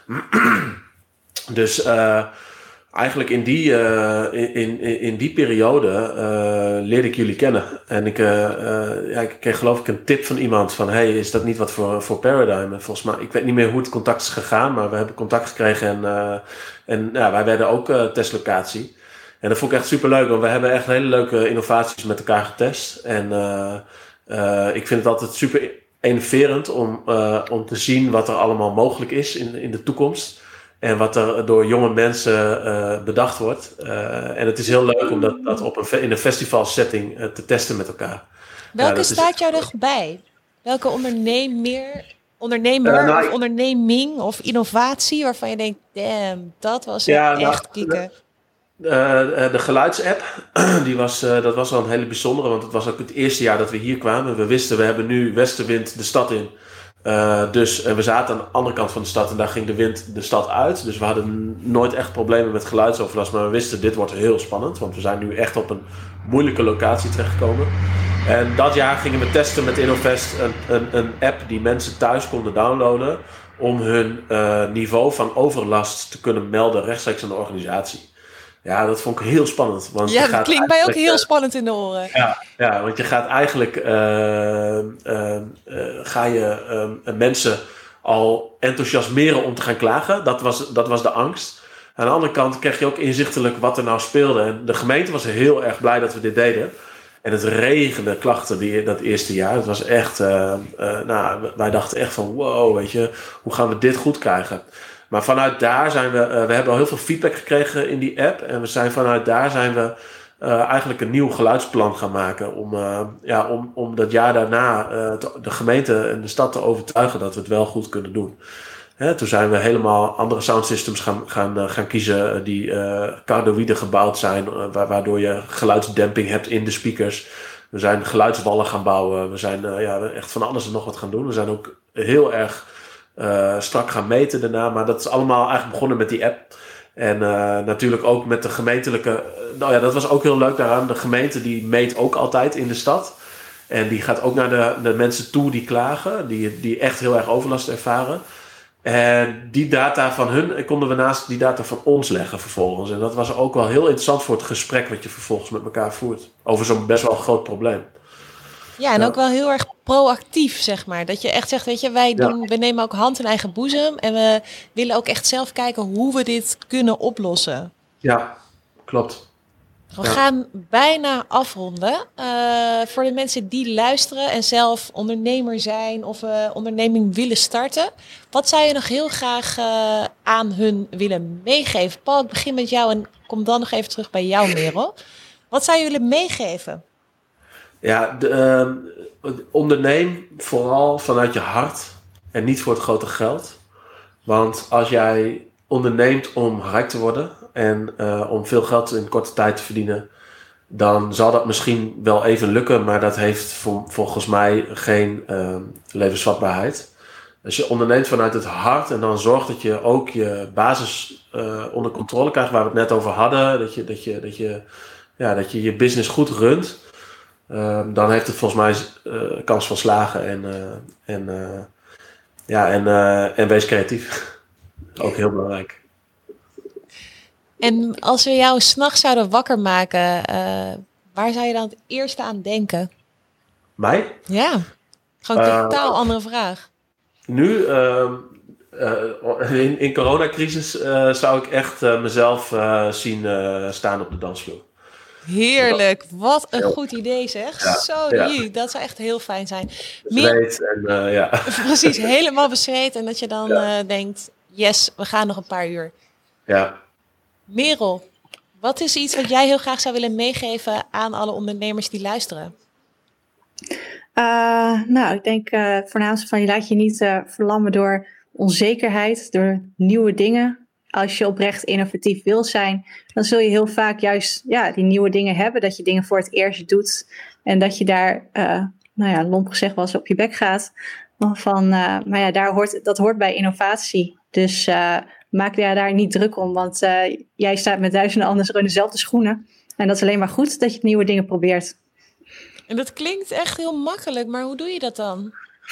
Dus uh, eigenlijk in die, uh, in, in, in die periode uh, leerde ik jullie kennen. En ik, uh, uh, ja, ik kreeg geloof ik een tip van iemand van, hey, is dat niet wat voor, voor Paradigm? En volgens mij, ik weet niet meer hoe het contact is gegaan, maar we hebben contact gekregen en, uh, en ja, wij werden ook uh, testlocatie. En dat vond ik echt super leuk, want we hebben echt hele leuke innovaties met elkaar getest. En uh, uh, ik vind het altijd super enerverend om, uh, om te zien wat er allemaal mogelijk is in, in de toekomst. En wat er door jonge mensen uh, bedacht wordt. Uh, en het is heel leuk om dat, dat op een, in een festivalsetting uh, te testen met elkaar. Welke ja, staat is... jou er bij? Welke ondernemer, ondernemer uh, nou, of onderneming of innovatie waarvan je denkt, damn, dat was ja, echt nou, kicken. Uh, de geluidsapp, die was, uh, dat was wel een hele bijzondere, want het was ook het eerste jaar dat we hier kwamen. We wisten, we hebben nu westenwind de stad in. Uh, dus uh, we zaten aan de andere kant van de stad en daar ging de wind de stad uit. Dus we hadden nooit echt problemen met geluidsoverlast. Maar we wisten, dit wordt heel spannend. Want we zijn nu echt op een moeilijke locatie terechtgekomen. En dat jaar gingen we testen met Innovest een, een, een app die mensen thuis konden downloaden. Om hun uh, niveau van overlast te kunnen melden rechtstreeks aan de organisatie. Ja, dat vond ik heel spannend. Want ja, dat klinkt mij ook heel spannend in de oren. Ja, ja want je gaat eigenlijk... Uh, uh, uh, ga je uh, mensen al enthousiasmeren om te gaan klagen. Dat was, dat was de angst. Aan de andere kant kreeg je ook inzichtelijk wat er nou speelde. En de gemeente was heel erg blij dat we dit deden. En het regende klachten die, dat eerste jaar. Het was echt... Uh, uh, nou, wij dachten echt van... Wow, weet je, hoe gaan we dit goed krijgen? Maar vanuit daar zijn we, uh, we hebben al heel veel feedback gekregen in die app. En we zijn vanuit daar zijn we uh, eigenlijk een nieuw geluidsplan gaan maken. Om, uh, ja, om, om dat jaar daarna uh, te, de gemeente en de stad te overtuigen dat we het wel goed kunnen doen. Hè, toen zijn we helemaal andere soundsystems gaan, gaan, uh, gaan kiezen die uh, cardioïde gebouwd zijn. Uh, waardoor je geluidsdemping hebt in de speakers. We zijn geluidswallen gaan bouwen. We zijn uh, ja, echt van alles en nog wat gaan doen. We zijn ook heel erg... Uh, strak gaan meten daarna, maar dat is allemaal eigenlijk begonnen met die app. En uh, natuurlijk ook met de gemeentelijke... Uh, nou ja, dat was ook heel leuk daaraan. De gemeente die meet ook altijd in de stad. En die gaat ook naar de, de mensen toe die klagen, die, die echt heel erg overlast ervaren. En die data van hun konden we naast die data van ons leggen vervolgens. En dat was ook wel heel interessant voor het gesprek wat je vervolgens met elkaar voert. Over zo'n best wel groot probleem. Ja, en ja. ook wel heel erg proactief, zeg maar. Dat je echt zegt, weet je, wij doen, ja. we nemen ook hand in eigen boezem. En we willen ook echt zelf kijken hoe we dit kunnen oplossen. Ja, klopt. We ja. gaan bijna afronden. Uh, voor de mensen die luisteren en zelf ondernemer zijn of uh, onderneming willen starten. Wat zou je nog heel graag uh, aan hun willen meegeven? Paul, ik begin met jou en kom dan nog even terug bij jou, Merel. Wat zou je willen meegeven? Ja, de, uh, onderneem vooral vanuit je hart en niet voor het grote geld. Want als jij onderneemt om rijk te worden en uh, om veel geld in korte tijd te verdienen, dan zal dat misschien wel even lukken, maar dat heeft vol, volgens mij geen uh, levensvatbaarheid. Als je onderneemt vanuit het hart en dan zorgt dat je ook je basis uh, onder controle krijgt, waar we het net over hadden, dat je dat je, dat je, ja, dat je, je business goed runt. Uh, dan heeft het volgens mij uh, kans van slagen en, uh, en, uh, ja, en, uh, en wees creatief. Ook heel belangrijk. En als we jou 's nachts zouden wakker maken, uh, waar zou je dan het eerste aan denken? Mij? Ja, gewoon een totaal uh, andere vraag. Nu, uh, uh, in, in coronacrisis, uh, zou ik echt uh, mezelf uh, zien uh, staan op de dansvloer. Heerlijk, wat een goed idee zeg. Ja, Zo, ja. Die, dat zou echt heel fijn zijn. Bezweet en uh, ja. Precies, helemaal bezweet en dat je dan ja. uh, denkt, yes, we gaan nog een paar uur. Ja. Merel, wat is iets wat jij heel graag zou willen meegeven aan alle ondernemers die luisteren? Uh, nou, ik denk uh, voornamelijk van je laat je niet uh, verlammen door onzekerheid, door nieuwe dingen. Als je oprecht innovatief wil zijn, dan zul je heel vaak juist ja, die nieuwe dingen hebben. Dat je dingen voor het eerst doet en dat je daar, uh, nou ja, lomp gezegd wel eens op je bek gaat. Van, uh, maar ja, daar hoort, dat hoort bij innovatie. Dus uh, maak je daar niet druk om, want uh, jij staat met duizenden anderen in dezelfde schoenen. En dat is alleen maar goed dat je nieuwe dingen probeert. En dat klinkt echt heel makkelijk, maar hoe doe je dat dan?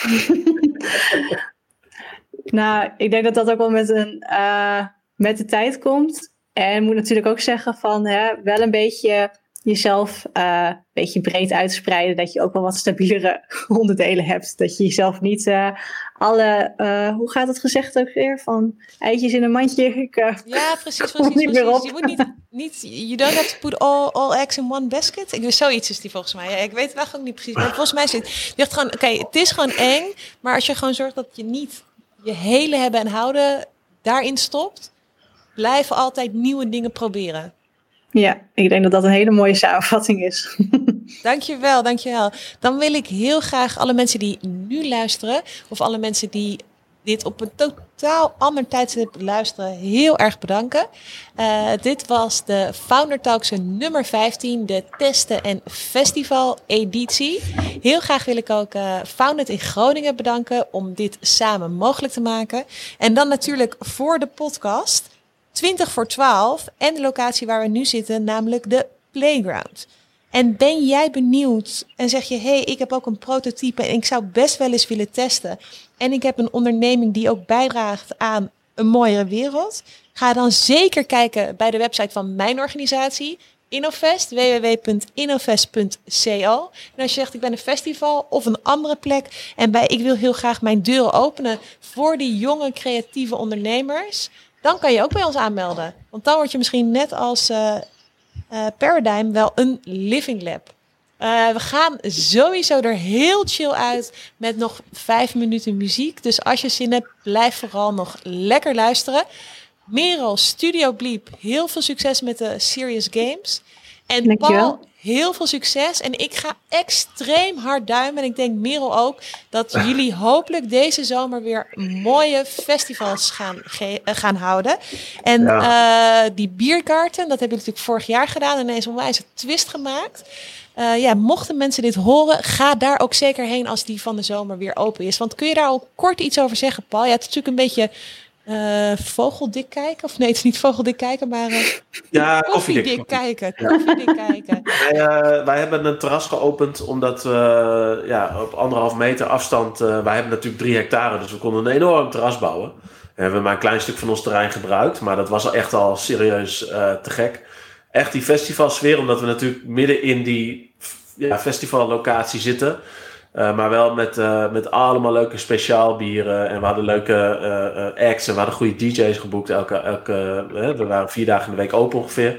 Nou, ik denk dat dat ook wel met, een, uh, met de tijd komt. En moet natuurlijk ook zeggen van hè, wel een beetje jezelf uh, een beetje breed uitspreiden. Dat je ook wel wat stabielere onderdelen hebt. Dat je jezelf niet uh, alle, uh, hoe gaat het gezegd ook weer? Van eitjes in een mandje. Ik, uh, ja, precies, precies. precies. Je moet niet, niet, you don't have to put all, all eggs in one basket. Ik weet, zoiets is die volgens mij. Ja, ik weet het wel ook niet precies. Maar volgens mij zit je dacht gewoon, oké, okay, het is gewoon eng. Maar als je gewoon zorgt dat je niet je hele hebben en houden daarin stopt, blijven altijd nieuwe dingen proberen. Ja, ik denk dat dat een hele mooie samenvatting is. Dankjewel, dankjewel. Dan wil ik heel graag alle mensen die nu luisteren, of alle mensen die dit op een totaal ander tijdstip luisteren, heel erg bedanken. Uh, dit was de Founder Talks nummer vijftien, de testen- en festival editie. Heel graag wil ik ook uh, Founded in Groningen bedanken om dit samen mogelijk te maken. En dan natuurlijk voor de podcast twintig voor twaalf en de locatie waar we nu zitten, namelijk de Playground. En ben jij benieuwd en zeg je, hé, hey, ik heb ook een prototype en ik zou best wel eens willen testen. En ik heb een onderneming die ook bijdraagt aan een mooiere wereld. Ga dan zeker kijken bij de website van mijn organisatie, Innovest, w w w punt innovest punt co. En als je zegt, ik ben een festival of een andere plek en bij, ik wil heel graag mijn deuren openen voor die jonge creatieve ondernemers, dan kan je ook bij ons aanmelden. Want dan word je misschien net als uh, uh, Paradigm wel een living lab. Uh, we gaan sowieso er heel chill uit met nog vijf minuten muziek. Dus als je zin hebt, blijf vooral nog lekker luisteren. Merel, Studio Bleep, heel veel succes met de Serious Games. En Dankjewel. Paul, heel veel succes. En ik ga extreem hard duimen. En ik denk Merel ook, dat jullie hopelijk deze zomer weer mooie festivals gaan, ge- gaan houden. En ja. uh, die bierkaarten, dat hebben jullie natuurlijk vorig jaar gedaan. En ineens onwijs een twist gemaakt. Uh, ja, mochten mensen dit horen, ga daar ook zeker heen als die van de zomer weer open is. Want kun je daar ook kort iets over zeggen, Paul? Ja, het is natuurlijk een beetje uh, vogeldik kijken. Of nee, het is niet vogeldik kijken, maar uh, ja, koffiedik, koffiedik kijken. Koffiedik kijken. Wij, uh, wij hebben een terras geopend omdat we uh, ja, op anderhalf meter afstand, uh, wij hebben natuurlijk drie hectare, dus we konden een enorm terras bouwen. En we hebben maar een klein stuk van ons terrein gebruikt, maar dat was echt al serieus uh, te gek. Echt die festivalsfeer, omdat we natuurlijk midden in die ja, festivallocatie zitten. Uh, maar wel met, uh, met allemaal leuke speciaalbieren. En we hadden leuke uh, uh, acts en we hadden goede D J's geboekt. Elke, elke, uh, we waren vier dagen in de week open ongeveer.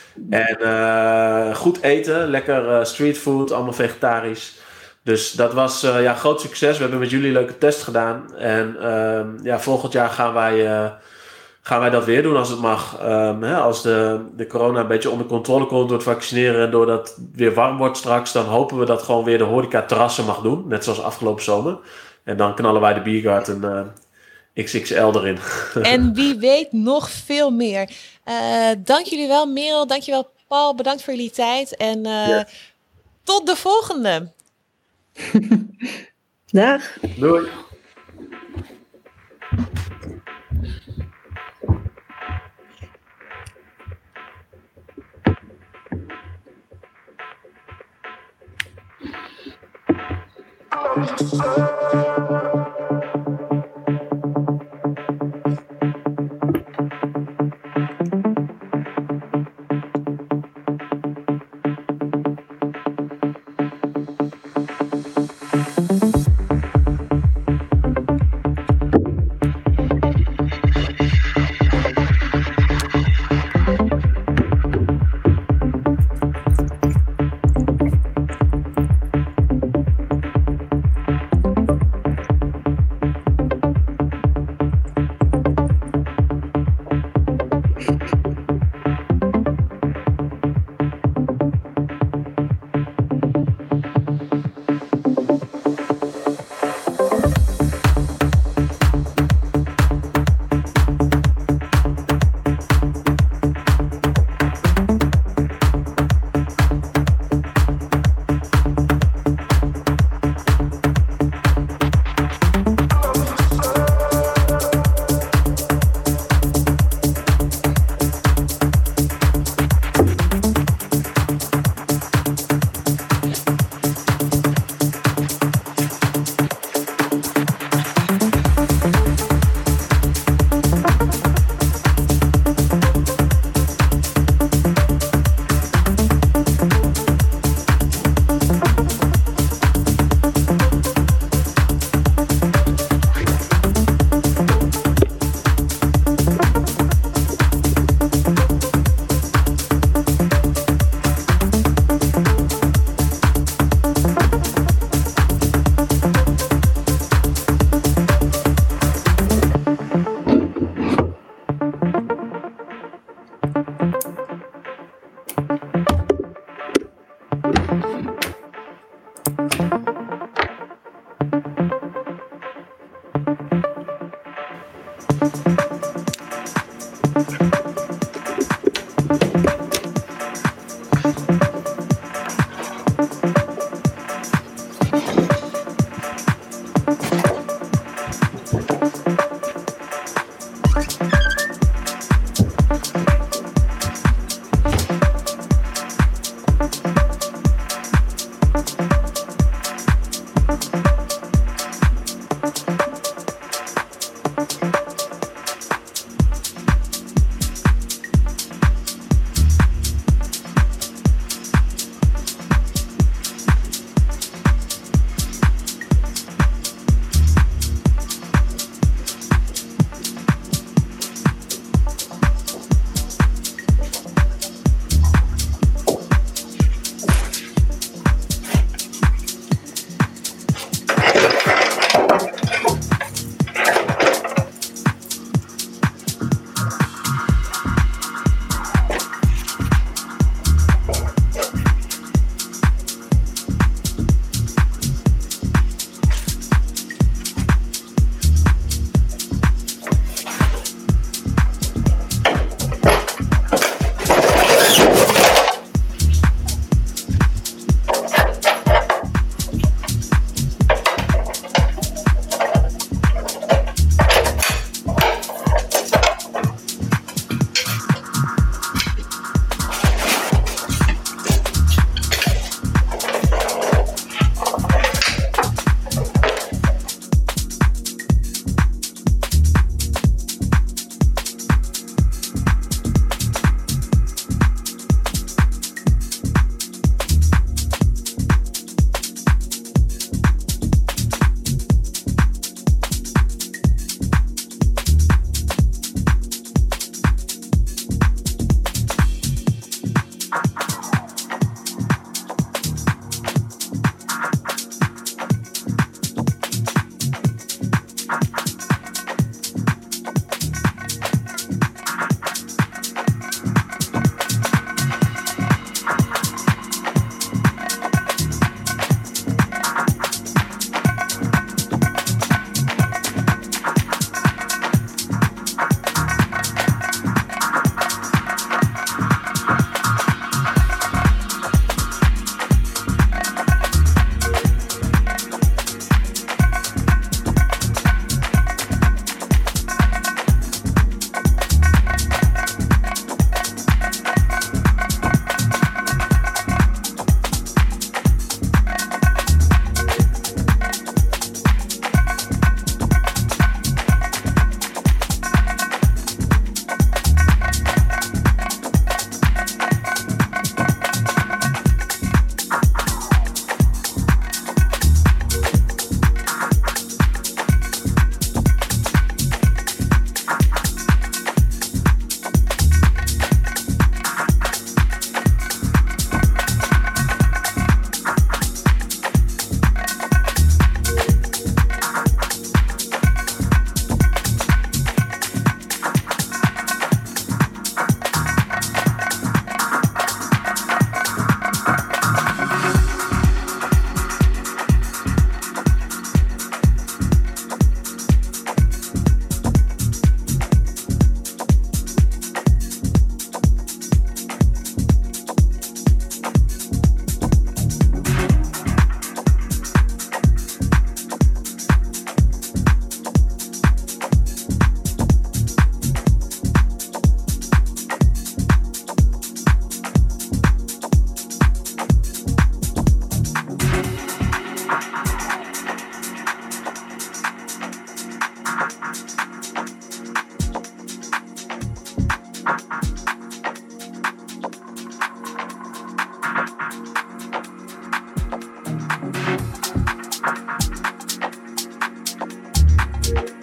En uh, goed eten, lekker uh, streetfood, allemaal vegetarisch. Dus dat was uh, ja, groot succes. We hebben met jullie een leuke test gedaan. En uh, ja, volgend jaar gaan wij... Uh, Gaan wij dat weer doen als het mag. Um, hè, als de, de corona een beetje onder controle komt door het vaccineren en doordat het weer warm wordt straks, dan hopen we dat gewoon weer de horeca terrassen mag doen. Net zoals afgelopen zomer. En dan knallen wij de Biergarten uh, X X L erin. En wie weet nog veel meer. Uh, dank jullie wel, Merel. Dank je wel, Paul. Bedankt voor jullie tijd. En uh, ja. Tot de volgende. Dag. Doei. you.